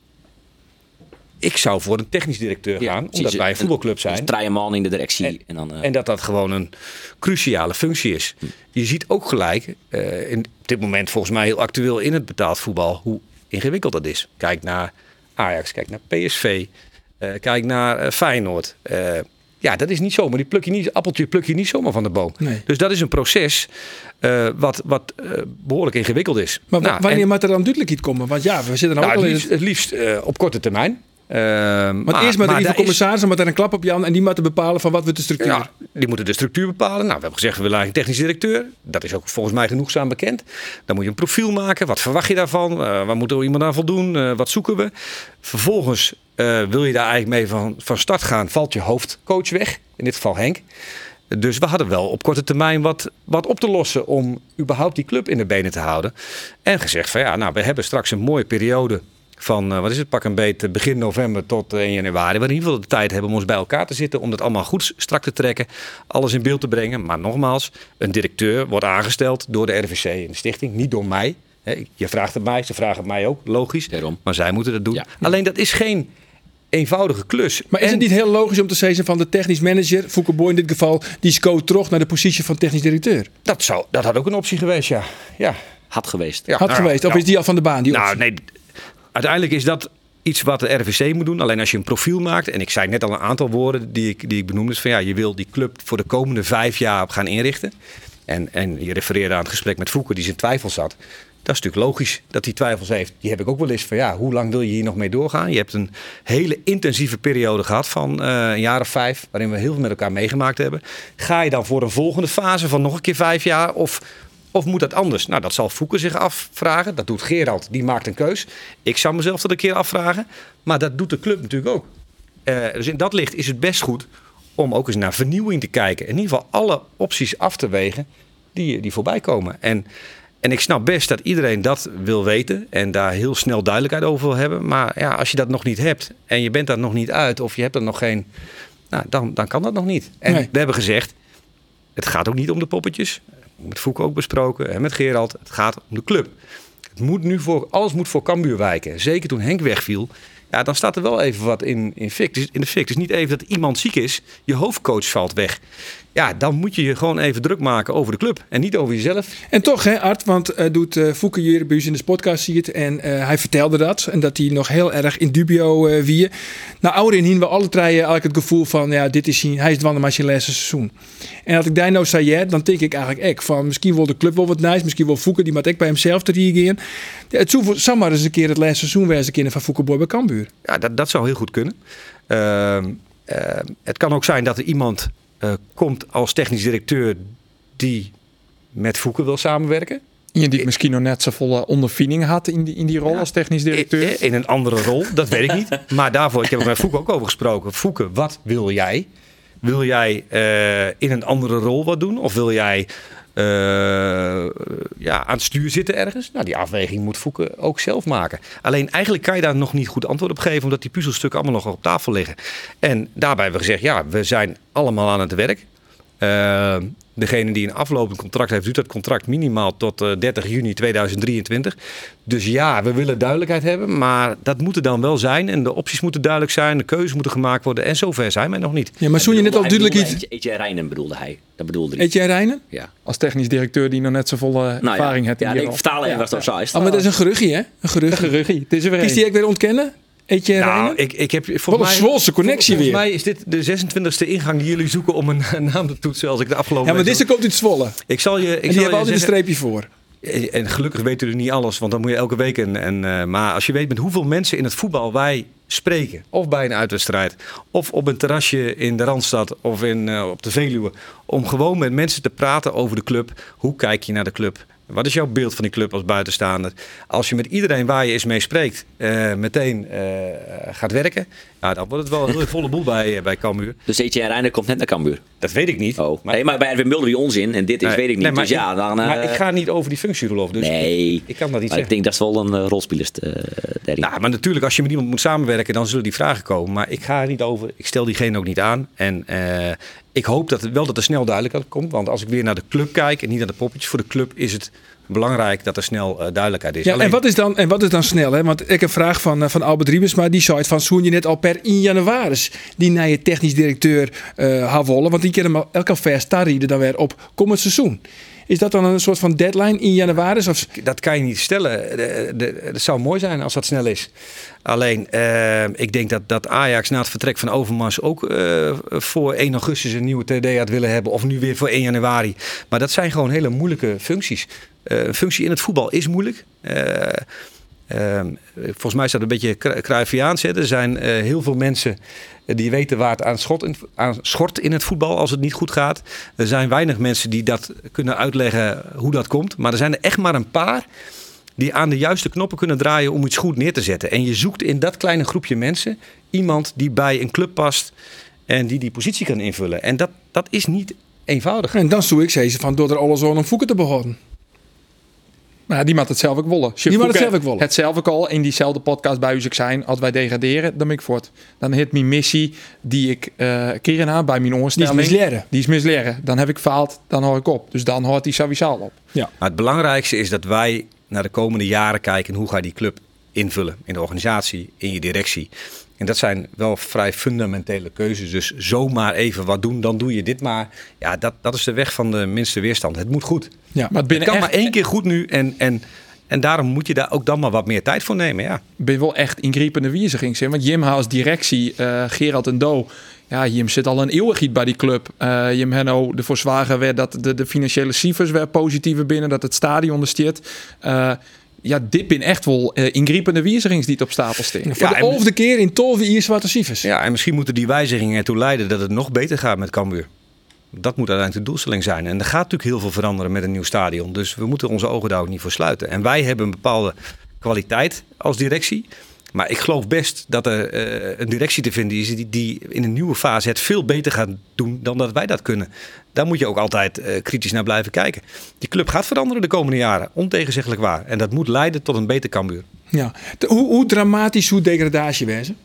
Ik zou voor een technisch directeur Ja, gaan, precies. omdat wij een voetbalclub zijn. Dus drie man in de directie. En, en, dan, uh... en dat dat gewoon een cruciale functie is. Hm. Je ziet ook gelijk, uh, in, op dit moment volgens mij heel actueel in het betaald voetbal, hoe ingewikkeld dat is. Kijk naar Ajax, kijk naar P S V, uh, kijk naar uh, Feyenoord. Uh, Ja, dat is niet zomaar. Die pluk je niet, appeltje pluk je niet zomaar van de boom. Nee. Dus dat is een proces uh, wat, wat uh, behoorlijk ingewikkeld is. Maar nou, wanneer en, moet er dan duidelijkheid komen? Want ja, we zitten nou, nou, ook al het in liefst, het liefst uh, op korte termijn. Uh, Want maar, eerst met de maar commissarissen moet er een klap op Jan en die moeten bepalen van wat wordt de structuur. Ja, die moeten de structuur bepalen. Nou, we hebben gezegd, we willen eigenlijk een technisch directeur. Dat is ook volgens mij genoegzaam bekend. Dan moet je een profiel maken. Wat verwacht je daarvan? Uh, waar moet er iemand aan voldoen? Uh, wat zoeken we? Vervolgens uh, wil je daar eigenlijk mee van, van start gaan. Valt je hoofdcoach weg. In dit geval Henk. Dus we hadden wel op korte termijn wat, wat op te lossen om überhaupt die club in de benen te houden. En gezegd van ja, nou, we hebben straks een mooie periode van, uh, wat is het, pak een beet, begin november tot uh, januari. Waar we in ieder geval de tijd hebben om ons bij elkaar te zitten. Om dat allemaal goed strak te trekken. Alles in beeld te brengen. Maar nogmaals, een directeur wordt aangesteld door de R V C en de stichting. Niet door mij. He, je vraagt het mij, ze vragen het mij ook. Logisch. Daarom. Maar zij moeten dat doen. Ja. Alleen dat is geen eenvoudige klus. Maar is En- het niet heel logisch om te zeggen van de technisch manager, Fouke Boy in dit geval, die scoot terug naar de positie van technisch directeur? Dat, zou, dat had ook een optie geweest, ja. Ja. Had geweest. Ja, Had nou, geweest. Of nou, is die al van de baan? Die Nou, optie? nee. Uiteindelijk is dat iets wat de R V C moet doen. Alleen als je een profiel maakt. En ik zei net al een aantal woorden die ik, die ik benoemde. Dus van ja, je wil die club voor de komende vijf jaar op gaan inrichten. En, en je refereerde aan het gesprek met Fouke die zijn twijfels had. Dat is natuurlijk logisch dat hij twijfels heeft. Die heb ik ook wel eens van ja, hoe lang wil je hier nog mee doorgaan? Je hebt een hele intensieve periode gehad van uh, een jaar of vijf. Waarin we heel veel met elkaar meegemaakt hebben. Ga je dan voor een volgende fase van nog een keer vijf jaar? Of... Of moet dat anders? Nou, dat zal Fouke zich afvragen. Dat doet Gerald, die maakt een keus. Ik zou mezelf dat een keer afvragen. Maar dat doet de club natuurlijk ook. Uh, dus in dat licht is het best goed om ook eens naar vernieuwing te kijken. In ieder geval alle opties af te wegen die, die voorbij komen. En, en ik snap best dat iedereen dat wil weten en daar heel snel duidelijkheid over wil hebben. Maar ja, als je dat nog niet hebt en je bent daar nog niet uit of je hebt er nog geen... Nou, dan, dan kan dat nog niet. En Nee. we hebben gezegd, het gaat ook niet om de poppetjes. Met Fouke ook besproken en met Gerald. Het gaat om de club. Het moet nu voor, alles moet voor Cambuur wijken. Zeker toen Henk wegviel. Ja, dan staat er wel even wat in, in, fik, dus in de fik. Dus niet even dat iemand ziek is. Je hoofdcoach valt weg. Ja, dan moet je je gewoon even druk maken over de club. En niet over jezelf. En toch, hè, Art, want uh, doet uh, Fouke hier bij ons in de podcast ziet en uh, hij vertelde dat. En dat hij nog heel erg in dubio uh, wie. Nou, ouderin hien we alle drie eigenlijk het gevoel van, ja, dit is hij, hij is het wanneer maar zijn laatste seizoen. En als ik daar nou zei, ja, dan denk ik eigenlijk echt van, misschien wil de club wel wat nice, misschien wil Fouke, die moet ik bij hemzelf te reageren. Ja, het zou zomaar eens een keer het laatste seizoen wezen, een keer van Fouke Boy bij Cambuur. Cambuur? Ja, dat, dat zou heel goed kunnen. Uh, uh, het kan ook zijn dat er iemand uh, komt als technisch directeur die met Fouke wil samenwerken. Iemand die misschien nog net zo volle ondervinding had in die, in die rol ja. als technisch directeur. In, in een andere rol, dat weet ik niet. Maar daarvoor, ik heb er met Fouke ook over gesproken. Fouke, wat wil jij? Wil jij uh, in een andere rol wat doen? Of wil jij uh, ja, aan het stuur zitten ergens? Nou, die afweging moet Fouke ook zelf maken. Alleen eigenlijk kan je daar nog niet goed antwoord op geven, omdat die puzzelstukken allemaal nog op tafel liggen. En daarbij hebben we gezegd, ja, we zijn allemaal aan het werk. Uh, degene die een aflopend contract heeft, doet dat contract minimaal tot uh, dertig juni tweeduizend drieëntwintig. Dus ja, we willen duidelijkheid hebben, maar dat moet er dan wel zijn. En de opties moeten duidelijk zijn, de keuzes moeten gemaakt worden. En zover zijn wij nog niet. Ja, maar zoen je net al duidelijk iets... E J Reijnen bedoelde hij. Dat bedoelde hij. E J Reijnen? Ja. Als technisch directeur die nog net zo volle nou, ervaring ja. heeft. Ja, ik vertaal even wat er zo is. Oh, maar dat is een geruchie, hè? Een geruchie. Een geruchie. Het is er weer Kies die ik weer ontkennen? E J Nou, ik, ik heb volgens Wat een Zwolse connectie volgens weer. Volgens mij is dit de zesentwintigste ingang die jullie zoeken om een, een naam te toetsen als ik de afgelopen... Ja, maar deze komt uit Zwolle. Ik zal je, ik en die zal hebben altijd zeggen, een streepje voor. En gelukkig weten jullie niet alles, want dan moet je elke week... En, en, uh, maar als je weet met hoeveel mensen in het voetbal wij spreken... of bij een uitwedstrijd, of op een terrasje in de Randstad of in, uh, op de Veluwe... om gewoon met mensen te praten over de club. Hoe kijk je naar de club? Wat is jouw beeld van die club als buitenstaander? Als je met iedereen waar je eens mee spreekt uh, meteen uh, gaat werken... Ja, dan wordt het wel een hele volle boel bij, uh, bij Cambuur. Dus E J Reijnen komt net naar Cambuur? Dat weet ik niet. Oh. Maar, nee, maar bij Erwin Mulder die onzin en dit is, nee, weet ik niet. Nee, maar dus ja, ik, dan, uh, maar ik ga niet over die functie, Roelof. Dus nee, ik, ik kan dat niet maar zeggen. Ik denk dat is wel een uh, rolspeler. Uh, nou, maar natuurlijk, als je met iemand moet samenwerken, dan zullen die vragen komen. Maar ik ga er niet over. Ik stel diegene ook niet aan. En uh, ik hoop dat het wel dat er snel duidelijkheid komt. Want als ik weer naar de club kijk en niet naar de poppetjes voor de club, is het belangrijk dat er snel uh, duidelijkheid is. Ja, Alleen... en, wat is dan, en wat is dan snel? Hè? Want ik heb een vraag van, uh, van Albert Riebers, maar die zei het van zoen je net al per één januari die naar je technisch directeur uh, haar wollen. Want die kunnen hem elke ver starrieden dan weer op komend seizoen. Is dat dan een soort van deadline in januari? Of... Dat kan je niet stellen. Het zou mooi zijn als dat snel is. Alleen, uh, ik denk dat, dat Ajax na het vertrek van Overmars ook uh, voor één augustus een nieuwe T D had willen hebben. Of nu weer voor één januari. Maar dat zijn gewoon hele moeilijke functies. Uh, een functie in het voetbal is moeilijk. Uh, uh, volgens mij is dat een beetje Cruyffiaans. Er zijn uh, heel veel mensen die weten waar het aan schort, in, aan schort in het voetbal als het niet goed gaat. Er zijn weinig mensen die dat kunnen uitleggen hoe dat komt. Maar er zijn er echt maar een paar die aan de juiste knoppen kunnen draaien om iets goed neer te zetten. En je zoekt in dat kleine groepje mensen iemand die bij een club past en die die positie kan invullen. En dat, dat is niet eenvoudig. En dan zoek ik ze van door er alles zo een Fouke te behouden. Maar die mag het zelf ook wollen. Die mag het zelf ook wollen. Het zelf ook al in diezelfde podcast bij u zijn. Als wij degraderen, dan ben ik voort. Dan heeft mijn missie die ik uh, keren aan bij mijn oorstelling. Die is misleren. Die is misleren. Dan heb ik faald, dan hoor ik op. Dus dan hoort die sowieso op. Ja. Maar het belangrijkste is dat wij naar de komende jaren kijken. Hoe ga je die club invullen in de organisatie, in je directie. En dat zijn wel vrij fundamentele keuzes. Dus zomaar even wat doen, dan doe je dit maar. Ja, dat, dat is de weg van de minste weerstand. Het moet goed. Ja, maar het, het kan echt... maar één keer goed nu. En, en, en daarom moet je daar ook dan maar wat meer tijd voor nemen. Ja. Ben je wel echt ingrijpende wijziging zijn. Want Jim als directie, uh, Gerald en Do... Ja, Jim zit al een eeuwigheid bij die club. Uh, Jim Henno ervoor zwager werd dat de, de financiële cijfers weer positiever binnen. Dat het stadion ondersteert. Uh, Ja, dit zijn echt wel uh, ingrijpende wijzigingen die het op stapel staan. Ja, voor de elfde keer in tolve jaar zwarte cijfers. Ja, en misschien moeten die wijzigingen ertoe leiden dat het nog beter gaat met Cambuur. Dat moet uiteindelijk de doelstelling zijn. En er gaat natuurlijk heel veel veranderen met een nieuw stadion. Dus we moeten onze ogen daar ook niet voor sluiten. En wij hebben een bepaalde kwaliteit als directie. Maar ik geloof best dat er uh, een directie te vinden is die, die in een nieuwe fase het veel beter gaat doen dan dat wij dat kunnen. Daar moet je ook altijd uh, kritisch naar blijven kijken. Die club gaat veranderen de komende jaren, ontegenzeggelijk waar. En dat moet leiden tot een beter Cambuur. Ja. De, hoe, hoe dramatisch, hoe degradatie wezen?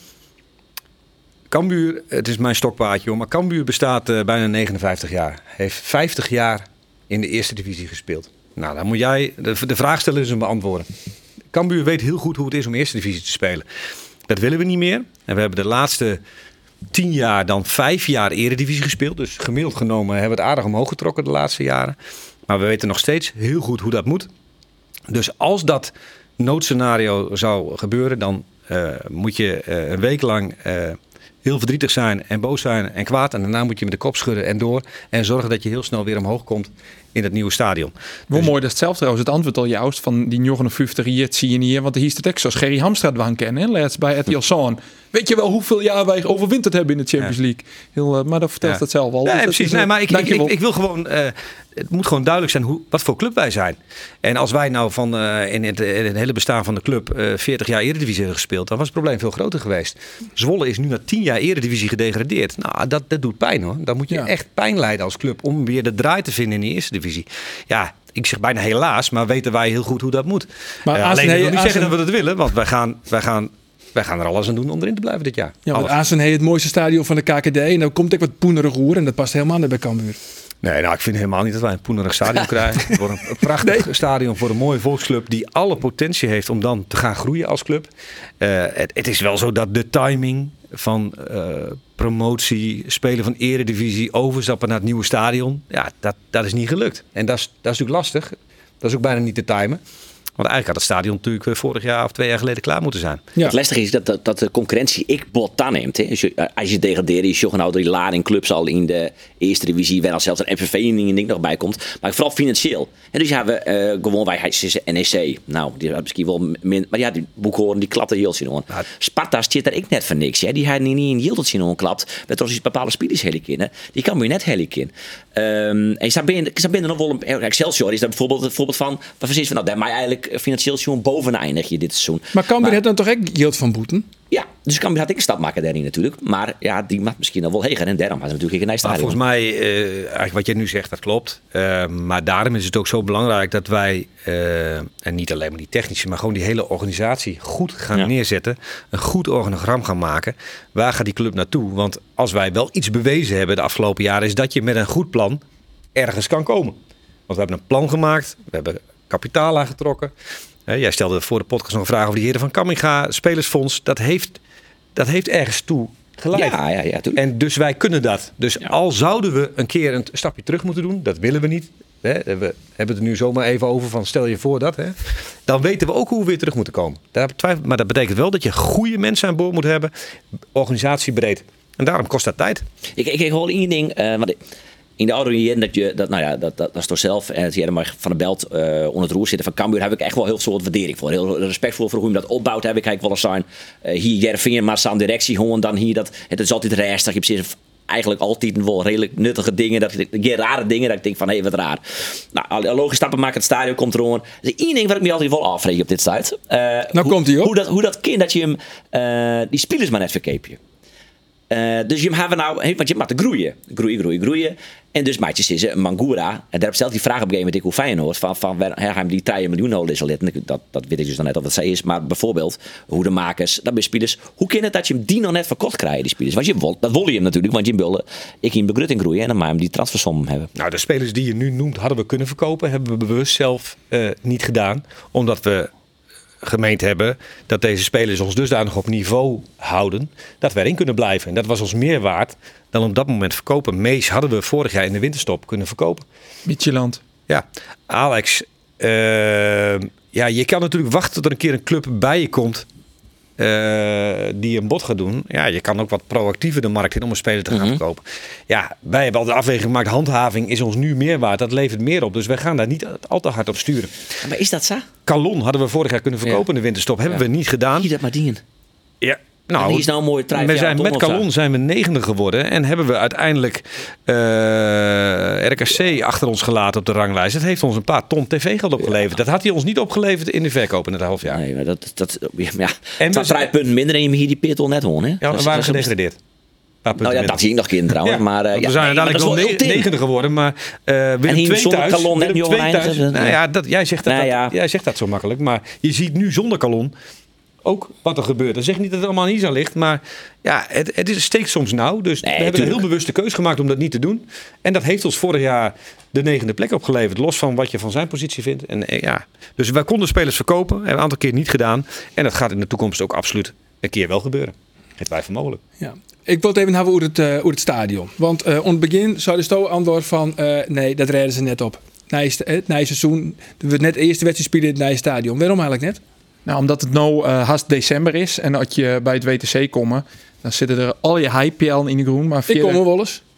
Cambuur, het is mijn stokpaardje hoor, maar Cambuur bestaat uh, bijna negenenvijftig jaar. Heeft vijftig jaar in de eerste divisie gespeeld. Nou, dan moet jij de, de vraag stellen en ze beantwoorden. Cambuur weet heel goed hoe het is om eerste divisie te spelen. Dat willen we niet meer. En we hebben de laatste tien jaar dan vijf jaar eredivisie gespeeld. Dus gemiddeld genomen hebben we het aardig omhoog getrokken de laatste jaren. Maar we weten nog steeds heel goed hoe dat moet. Dus als dat noodscenario zou gebeuren, dan uh, moet je uh, een week lang uh, heel verdrietig zijn en boos zijn en kwaad. En daarna moet je met de kop schudden en door. En zorgen dat je heel snel weer omhoog komt. in het nieuwe stadion. Wel Dus- mooi dat hetzelfde trouwens, het antwoord al juist van die negenenvijftig jaar, het zie je niet, want hier is het ook zoals Gerry Hamstra dwang kennen, laatst bij R T L Zone. Weet je wel hoeveel jaar wij overwinterd hebben in de Champions League? Heel, uh, maar dat vertelt Ja. het zelf al. Nee, Dat precies. is, Nee, uh, maar ik, ik, dankjewel. ik, ik wil gewoon... Uh, het moet gewoon duidelijk zijn hoe, wat voor club wij zijn. En als wij nou van uh, in, het, in het hele bestaan van de club uh, veertig jaar Eredivisie hebben gespeeld, dan was het probleem veel groter geweest. Zwolle is nu na tien jaar Eredivisie gedegradeerd. Nou, dat, dat doet pijn hoor. Dan moet je Ja. echt pijn lijden als club om weer de draai te vinden in de eerste divisie. Ja, ik zeg bijna helaas, maar weten wij heel goed hoe dat moet. Maar Uh, als alleen een- ik wil niet als zeggen een- dat we dat willen, want wij gaan, wij gaan, wij gaan er alles aan doen om erin te blijven dit jaar. Ja, want Alles. Azen heeft het mooiste stadion van de K K D en dan komt ook wat poenerig roer en dat past helemaal niet bij Cambuur. Nee, nou, ik vind helemaal niet dat wij een poenerig stadion krijgen. Het wordt een, een prachtig stadion voor een mooie volksclub die alle potentie heeft om dan te gaan groeien als club. Uh, het, het is wel zo dat de timing van uh, promotie, spelen van eredivisie, overstappen naar het nieuwe stadion, ja, dat, dat is niet gelukt. En dat is, dat is natuurlijk lastig. Dat is ook bijna niet te timen. Want eigenlijk had het stadion natuurlijk vorig jaar of twee jaar geleden klaar moeten zijn. Ja. Het lastige is dat, dat, dat de concurrentie ik bot aanneemt. Hè. Als je, als je degradeert, is je gewoon die lading clubs al in de eerste divisie, waar dan zelfs een M V V en ding nog bij komt. Maar vooral financieel. En dus hebben we uh, gewoon wij N E C. Nou, die had misschien wel min, maar ja, die Boekhoorn die klapte heel zien hoor. Ja. Sparta zit daar ik net van niks. Hè. Die had niet in Yield zien hoor klapt. Met trouwens bepaalde spelers heel in. Die kan je net heel in. Um, en je binnen, je binnen nog wel een Excelsior is daar bijvoorbeeld het voorbeeld van. Waarvan is van nou, daar mij eigenlijk financieel gewoon boven eindig je dit seizoen. Maar Cambuur Maar- heeft dan toch ook Yield van Boeten? Ja, dus Cambuur had ik een stap maken daarin natuurlijk. Maar ja, die mag misschien nog wel heger. En daarom had ze natuurlijk een Maar stadion. volgens mij, uh, eigenlijk wat je nu zegt, dat klopt. Uh, maar daarom is het ook zo belangrijk dat wij, uh, en niet alleen maar die technische, maar gewoon die hele organisatie goed gaan Ja. neerzetten. Een goed organigram gaan maken. Waar gaat die club naartoe? Want als wij wel iets bewezen hebben de afgelopen jaren, is dat je met een goed plan ergens kan komen. Want we hebben een plan gemaakt. We hebben kapitaal aangetrokken. Uh, jij stelde voor de podcast nog een vraag over die heren van Kamminga, Spelersfonds. Dat heeft, dat heeft ergens toe geleid. Ja, ja, ja. tuurlijk. En dus wij kunnen dat. Dus Ja. al zouden we een keer een stapje terug moeten doen, dat willen we niet. Hè? We hebben het er nu zomaar even over van stel je voor dat. Hè? Dan weten we ook hoe we weer terug moeten komen. Daar heb ik twijfel, maar dat betekent wel dat je goede mensen aan boord moet hebben. Organisatiebreed. En daarom kost dat tijd. Ik, ik, ik hoor één ding. Uh, want in de oude jaren dat je, dat, nou ja, dat, dat, dat is toch zelf. En het hier maar van de belt uh, onder het roer zitten van Cambuur heb ik echt wel heel veel soort waardering voor. Heel respectvol voor hoe je dat opbouwt heb ik eigenlijk wel eens zijn. Uh, hier Jervingen, maar aan directie gewoon dan hier dat. Het is altijd restig. Je hebt precies eigenlijk altijd wel redelijk nuttige dingen. Dat je rare dingen dat ik denk van hé hey, wat raar. Nou, logische stappen maken het stadion komt erom. Dat is één ding wat ik me altijd wel afvreeg op dit stuit. Uh, Nou hoe, komt ie, hoor. Hoe dat, hoe dat kind dat je hem uh, die spelers maar net verkeep je. Uh, dus je hebben nou, want je mag te groeien. Groeien, groeien, groeien. En dus maatjes is een Mangura. En daar stelt die vraag op een gegeven moment ik hoe Feyenoord. Van, van waar hij die drie miljoen nodig is al dat, dat weet ik dus nog net of dat zij is. Maar bijvoorbeeld, hoe de makers, dat bij spelers. Hoe kan het dat je hem die nog net verkocht krijgt, die spelers? Want je wil, dat wil je hem natuurlijk. Want je wilde, ik in begrutting groeien. En dan maar hem die transfersom hebben. Nou, de spelers die je nu noemt hadden we kunnen verkopen. Hebben we bewust zelf uh, niet gedaan. Omdat we gemeend hebben dat deze spelers ons dusdanig op niveau houden dat we erin kunnen blijven. En dat was ons meer waard dan op dat moment verkopen. Mees hadden we vorig jaar in de winterstop kunnen verkopen. Mietjeland. Ja, Alex, uh, ja, je kan natuurlijk wachten tot er een keer een club bij je komt uh, die een bod gaat doen. Ja, je kan ook wat proactiever de markt in om een speler te gaan mm-hmm. verkopen. Ja, wij hebben al de afweging gemaakt. Handhaving is ons nu meer waard. Dat levert meer op. Dus wij gaan daar niet al te hard op sturen. Maar is dat zo? Calon hadden we vorig jaar kunnen verkopen ja. in de winterstop. Hebben ja. we niet gedaan. Zie dat maar dingen. Ja. Nou, die is nou een mooie trui, we zijn met Calon zijn we negende geworden en hebben we uiteindelijk uh, R K C achter ons gelaten op de ranglijst. Dat heeft ons een paar ton tv-geld opgeleverd. Ja. Dat had hij ons niet opgeleverd in de verkoop in het half jaar. Nee, maar dat, dat ja, en twee zijn... punten minder en je hier die Peertol net won, hè? Ja, we waren gedegradeerd. Nou ja, dat zie ik nog kind trouwens. Ja, maar, uh, we ja, zijn nee, uiteindelijk wel ne- negende geworden, maar uh, Willem twee thuis. Calon net niet thuis. Nou ja, dat, jij, zegt dat, nou, dat, ja. jij zegt dat zo makkelijk, maar je ziet nu zonder Calon ook wat er gebeurt. Dat zegt niet dat het allemaal niet aan ligt, maar ja, het, het is, steekt soms nauw. Dus nee, we hebben tuurlijk. een heel bewuste keus gemaakt om dat niet te doen. En dat heeft ons vorig jaar de negende plek opgeleverd, los van wat je van zijn positie vindt. En, ja. Dus wij konden spelers verkopen, hebben een aantal keer niet gedaan. En dat gaat in de toekomst ook absoluut een keer wel gebeuren. Geen twijfel mogelijk. Ja. Ik wil het even hebben over het, uh, over het stadion. Want uh, om het begin zou de Sto antwoord van uh, nee, dat redden ze net op. Het nieuwe seizoen, we net de eerste wedstrijd spelen in het nieuwe stadion. Waarom eigenlijk net? Nou, omdat het nou uh, haast december is en als je bij het W T C komt, dan zitten er al je hype in de groen. Maar ik kom er wel eens.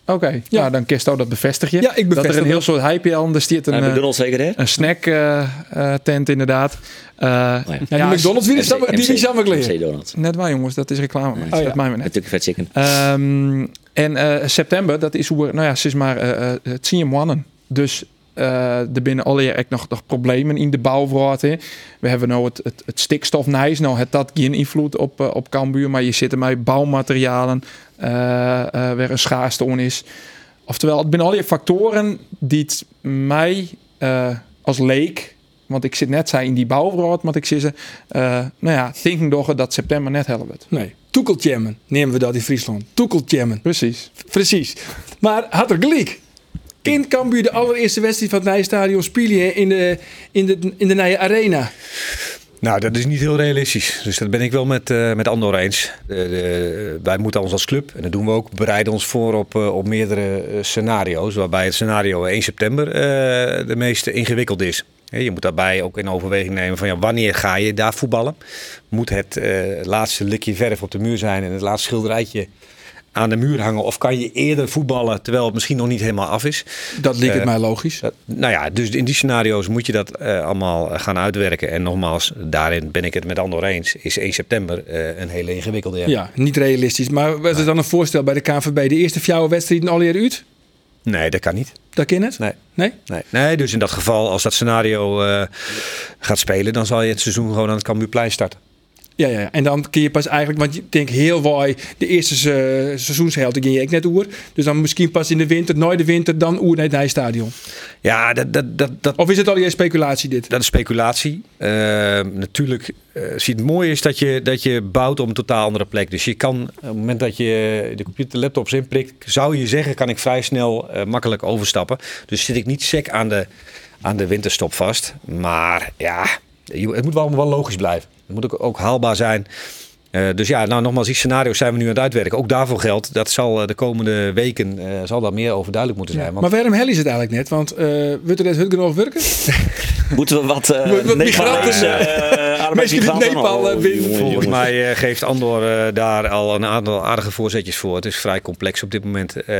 Oké, ja, dan kerst ook dat bevestig je. Ja, ik bevestig dat er een heel dat. soort hype aan. Er stiert een, En eh, McDonald's zeker, hè? een snack eh, eh, tent inderdaad. Uh, ja. Ja, die McDonald's wie is dat- die wie samen M C kleren. Donuts. Net waar jongens, dat is reclame. Ja, dat ja. mij maar net. Natuurlijk vet chicken. Um, en uh, september, dat is hoe, nou ja, ze is maar uh, uh, het zien mannen. Dus uh, er binnen alweer echt nog, nog problemen in de bouwvoorraad. Hè. We hebben nou het, het, het stikstofnijs. Nou, het dat geen invloed op, uh, op Cambuur, maar je zit er met bouwmaterialen uh, uh, waar een schaarste on is. Oftewel, het binnen alweer factoren die het mij uh, als leek, want ik zit net zei in die bouwvoorraad, maar ik zie ze, uh, nou ja, thinking doch dat september net helpt. Nee, toekeltjemmen nemen we dat in Friesland. Toekeltjemmen. Precies. Precies. Maar had er gelijk. Kind Cambuur de allereerste wedstrijd van het Nijstadion spelen in de, in de, in de Nije Arena. Nou, dat is niet heel realistisch. Dus dat ben ik wel met, uh, met Andor eens. De, de, wij moeten ons als club, en dat doen we ook, bereiden ons voor op, uh, op meerdere uh, scenario's. Waarbij het scenario één september uh, de meest ingewikkeld is. Je moet daarbij ook in overweging nemen van ja, wanneer ga je daar voetballen? Moet het uh, laatste likje verf op de muur zijn en het laatste schilderijtje aan de muur hangen? Of kan je eerder voetballen terwijl het misschien nog niet helemaal af is? Dat leek het Uh, mij logisch. Dat, nou ja, dus in die scenario's moet je dat uh, allemaal gaan uitwerken. En nogmaals, daarin ben ik het met Andor eens. Is één september uh, een hele ingewikkelde. Ja. Ja, niet realistisch. Maar wat is dan een voorstel bij de K N V B? De eerste vier wedstrijden alweer uit? Nee, dat kan niet. Dat ken het? Nee. Nee? Nee. nee, dus in dat geval, als dat scenario uh, gaat spelen, dan zal je het seizoen gewoon aan het Cambuurplein starten. Ja, ja, ja. En dan kun je pas eigenlijk, want je denkt heel waai, de eerste uh, seizoenshelft ging je ook net oer. Dus dan misschien pas in de winter, nooit de winter, dan oer naar het Nijstadion. Ja, dat, dat, dat, dat, Of is het al je speculatie dit? dat is speculatie. Uh, natuurlijk, uh, zie het mooie is dat je, dat je bouwt op een totaal andere plek. Dus je kan, op het moment dat je de computer, laptops inprikt, zou je zeggen, kan ik vrij snel uh, makkelijk overstappen. Dus zit ik niet sec aan de, aan de winterstop vast. Maar ja, het moet wel, wel logisch blijven. Het moet ook, ook haalbaar zijn. Uh, dus ja, nou nogmaals, die scenario's zijn we nu aan het uitwerken. Ook daarvoor geldt, dat zal uh, de komende weken uh, zal daar meer over duidelijk moeten zijn. Ja, Want... maar waarom hel is het eigenlijk net? Want uh, wordt er net goed genoeg werken? Moeten we wat uh, Wat migranten, uh, Mensen die Nepal uh, binnen. Volgens mij uh, geeft Andor uh, daar al een aantal aardige voorzetjes voor. Het is vrij complex op dit moment uh,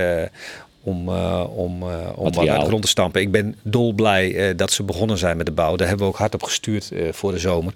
om, uh, om, uh, om wat naar de grond te stampen. Ik ben dolblij uh, dat ze begonnen zijn met de bouw. Daar hebben we ook hard op gestuurd uh, voor de zomer.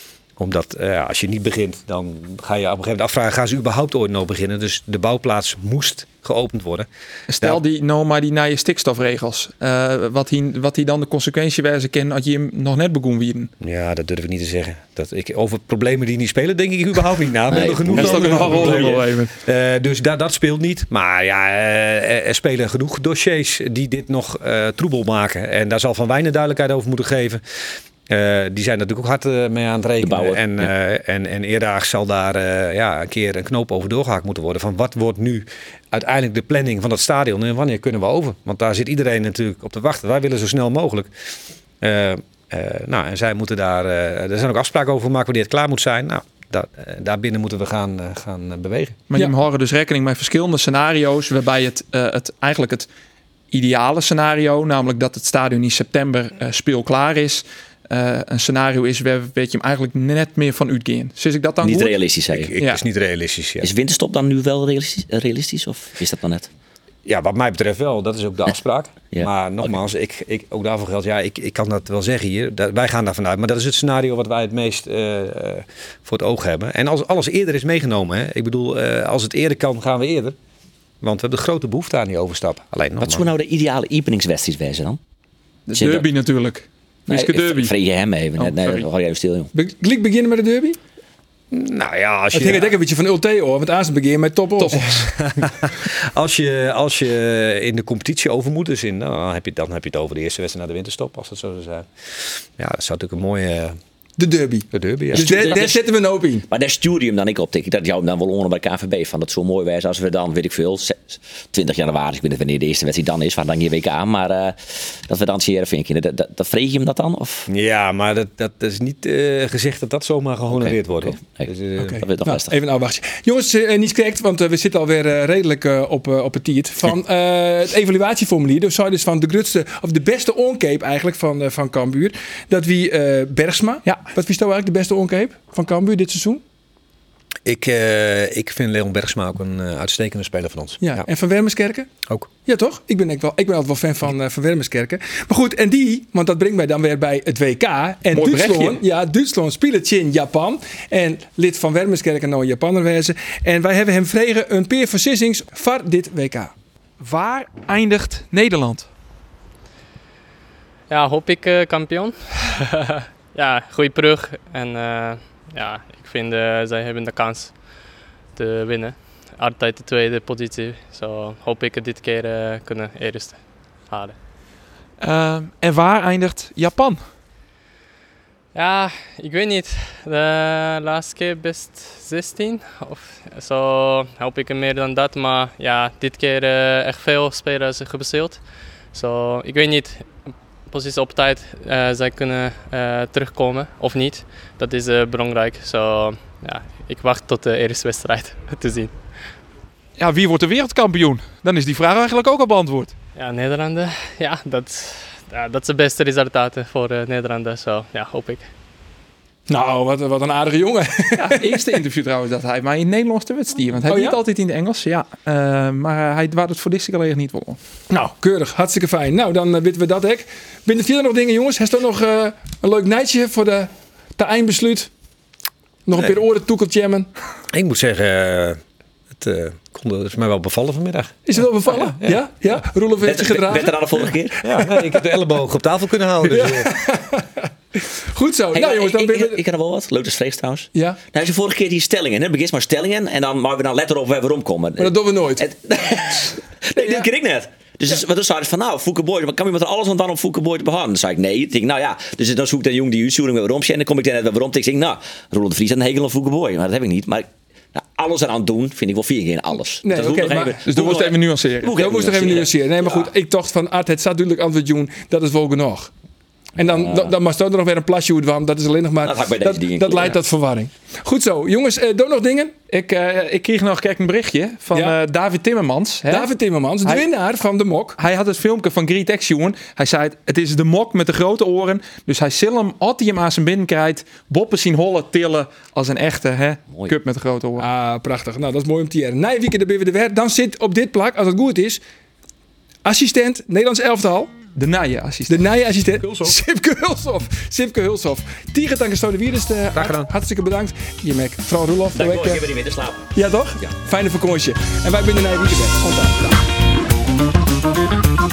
Omdat uh, als je niet begint, dan ga je op een gegeven moment afvragen, gaan ze überhaupt ooit nog beginnen? Dus de bouwplaats moest geopend worden. Stel Ja. die nou maar die naar je stikstofregels. Uh, wat, die, wat die dan de consequentie wijzen kennen als je hem nog net begon wieren. Ja, dat durf ik niet te zeggen. Dat ik, over problemen die niet spelen, denk ik überhaupt niet na. We hebben genoeg dat is ook een andere rol problemen. even. Uh, dus da, dat speelt niet. Maar ja, uh, er spelen genoeg dossiers die dit nog uh, troebel maken. En daar zal Van Wijnen duidelijkheid over moeten geven. Uh, die zijn natuurlijk ook hard uh, mee aan het rekenen. bouwer, En, uh, ja. en, en eerder zal daar uh, ja, een keer een knoop over doorgehakt moeten worden. Van wat wordt nu uiteindelijk de planning van dat stadion en wanneer kunnen we over? Want daar zit iedereen natuurlijk op te wachten. Wij willen zo snel mogelijk. Uh, uh, nou, en zij moeten daar. Uh, er zijn ook afspraken over gemaakt wanneer het klaar moet zijn. Nou, daar, uh, daarbinnen moeten we gaan, uh, gaan uh, bewegen. Maar Ja. die houden dus rekening met verschillende scenario's. Waarbij het, uh, het eigenlijk het ideale scenario, namelijk dat het stadion in september uh, speelklaar is. Uh, een scenario is waar weet je hem eigenlijk net meer van uitgaan. Zit ik dat dan Niet goed? realistisch, zei Ik, je. ik, Ja. is niet realistisch. Ja. Is winterstop dan nu wel realistisch, realistisch of is dat dan net? Ja, wat mij betreft wel. Dat is ook de afspraak. Ja. Maar nogmaals, ik, ik, ook daarvoor geldt, ja, ik, ik kan dat wel zeggen hier. Dat, wij gaan daarvan uit. Maar dat is het scenario wat wij het meest uh, uh, voor het oog hebben. En als alles eerder is meegenomen. Hè, ik bedoel, uh, als het eerder kan, gaan we eerder. Want we hebben de grote behoefte aan die overstap. Alleen Wat nogmaals. zou nou de ideale openingswedstrijd wezen dan? De Zit derby natuurlijk. Wieske Nee, derby. Vreeg je hem even. Oh, net, nee, sorry. dan ga je even stil, joh. Be- Gelijk beginnen met de derby? Nou ja, als Het je, ging het ook een beetje van Ulte hoor, want aan beginnen met top op. als, je, als je in de competitie over moet, dus in, nou, dan, heb je, dan heb je het over de eerste wedstrijd na de winterstop, als dat zo zou zijn. Ja, dat zou natuurlijk een mooie De derby. uh, derby. Ja. Dus daar, daar zetten we een hoop in. Maar daar stuurde je hem dan ik op. Ik dat jou hem dan wel onder bij K N V B van dat zo mooi wijze als we dan, weet ik veel, twintig januari, ik weet niet wanneer de eerste wedstrijd dan is, van dan je W K aan, maar uh, dat we dan Sierra Vinkje. Dat, dat, dat vreeg je hem dat dan? Of? Ja, maar dat, dat is niet uh, gezegd dat dat zomaar gehonoreerd Oké, wordt. oké. hoor. Hey. Dus, uh, Oké. Dat wordt nog Nou, lastig. even een afwachtje. Jongens, uh, niet correct, want uh, we zitten alweer uh, redelijk uh, op, uh, op het tiert. Van uh, het evaluatieformulier, dus zou dus van de grootste, of de beste oncape eigenlijk van, uh, van Cambuur. Dat wie uh, Bergsma, ja, wat wie is nou eigenlijk de beste oncape van Cambuur dit seizoen? Ik, uh, ik vind Leon Bergsma ook een uh, uitstekende speler van ons. Ja, ja. En Van Wermerskerken? Ook. Ja, toch? Ik ben, ik wel, ik ben altijd wel fan van uh, Van Wermerskerken. Maar goed, en die, want dat brengt mij dan weer bij het W K. En Mooi Duitsland, ja, Duitsland speelt in Japan. En lid van Wermerskerken nou Japaner wezen. En wij hebben hem vregen een peer versissings voor dit W K. Waar eindigt Nederland? Ja, hoop ik uh, kampioen. Ja, goede brug. En uh, ja, ik vind uh, zij hebben de kans te winnen. Altijd de tweede positie. Zo hoop ik het dit keer uh, kunnen eerst halen. Uh, en waar eindigt Japan? Ja, ik weet niet. De laatste keer best zestien. Of zo hoop ik meer dan dat. Maar ja, dit keer uh, echt veel spelers geblesseerd. Zo, ik weet niet. Precies op tijd uh, zij kunnen uh, terugkomen of niet. Dat is uh, belangrijk. So, ja, ik wacht tot de eerste wedstrijd te zien. Ja, wie wordt de wereldkampioen? Dan is die vraag eigenlijk ook al beantwoord. Ja, Nederlanden. Ja, dat, ja, dat is het beste resultaat voor uh, Nederlanden. So, ja, hoop ik. Nou, wat, wat een aardige jongen. Ja, het eerste interview trouwens dat hij maar in het Nederlands te wedstrijd. Want hij oh, doet ja? altijd in het Engels, ja. Uh, maar hij waard het voor dit keer niet wel. Nou, keurig. Hartstikke fijn. Nou, dan uh, weten we dat ook. Binnen verder nog dingen, jongens. Heeft er nog uh, een leuk nijtje voor de, de eindbesluit? Nog een nee. keer oren toekeltjammen? Ik moet zeggen, uh, het uh, kon, is mij wel bevallen vanmiddag. Is het wel bevallen? Ja? Ja? ja? ja? Roelof heeft zich gedragen? Beter dan de vorige keer? Ja, nee, ik heb de elleboog op tafel kunnen houden. Dus, ja. Goed zo. Hey, nou jongens, dan ik, ben ik, je... ik, ik heb nog wel wat. Leuk dat vrees trouwens. Ja? Nou, is de vorige keer die stellingen. Hè? Begin maar stellingen en dan maar we dan letter op waar we rondkomen. Maar dat doen we nooit. Het, nee, ja. dat keer ik net. Dus, ja. dus wat zei van nou, Fouke Boy, kan je met er alles aan dan op Fouke Boy te behandelen? Dan zei ik nee. Ik denk, nou ja, dus dan zoek ik een jong die uitzoeking weer rondje en dan kom ik net weer rond. Ik denk, nou, Roland de Vries had een hekel aan Fouke Boy, maar dat heb ik niet. Maar nou, alles eraan doen vind ik wel vier keer alles. Nee, dat oké, okay, maar... even, dus dan moest even nuanceren. Dan moest er even nuanceren. Nee, maar goed, ik dacht van Art, het staat natuurlijk antwoord doen, dat is wel genoeg. En dan, ja. dan, dan mag er nog weer een plasje uit, want dat is alleen nog maar... Dat, dat, dat, dat leidt tot verwarring. Goed zo. Jongens, uh, doe nog dingen? Ik, uh, ik kreeg nog kijk, een berichtje van ja. uh, David Timmermans. Hè? David Timmermans, de hij, winnaar van de mok. Hij had het filmpje van Greet X, jongen. Hij zei, het is de mok met de grote oren. Dus hij zal hem, als hij hem aan zijn binnen krijgt, boppen zien hollen, tillen als een echte hè, cup met de grote oren. Ah, prachtig. Nou, dat is mooi om te jaren. Na je weekend ben we er weer. Dan zit op dit plak, als het goed is, assistent Nederlands elftal. De naaie assistent. De naaie assistent. Sipke Hulshoff. Sipke Hulshoff. Tiger, dank je de Wierdes. Graag gedaan. Hartstikke bedankt. Je merkt, mevrouw Roelof. Dank je wel, ik heb er niet meer te slapen. Ja, toch? Ja. Fijne vakantie. En wij binnen na je weekend. Tot dan.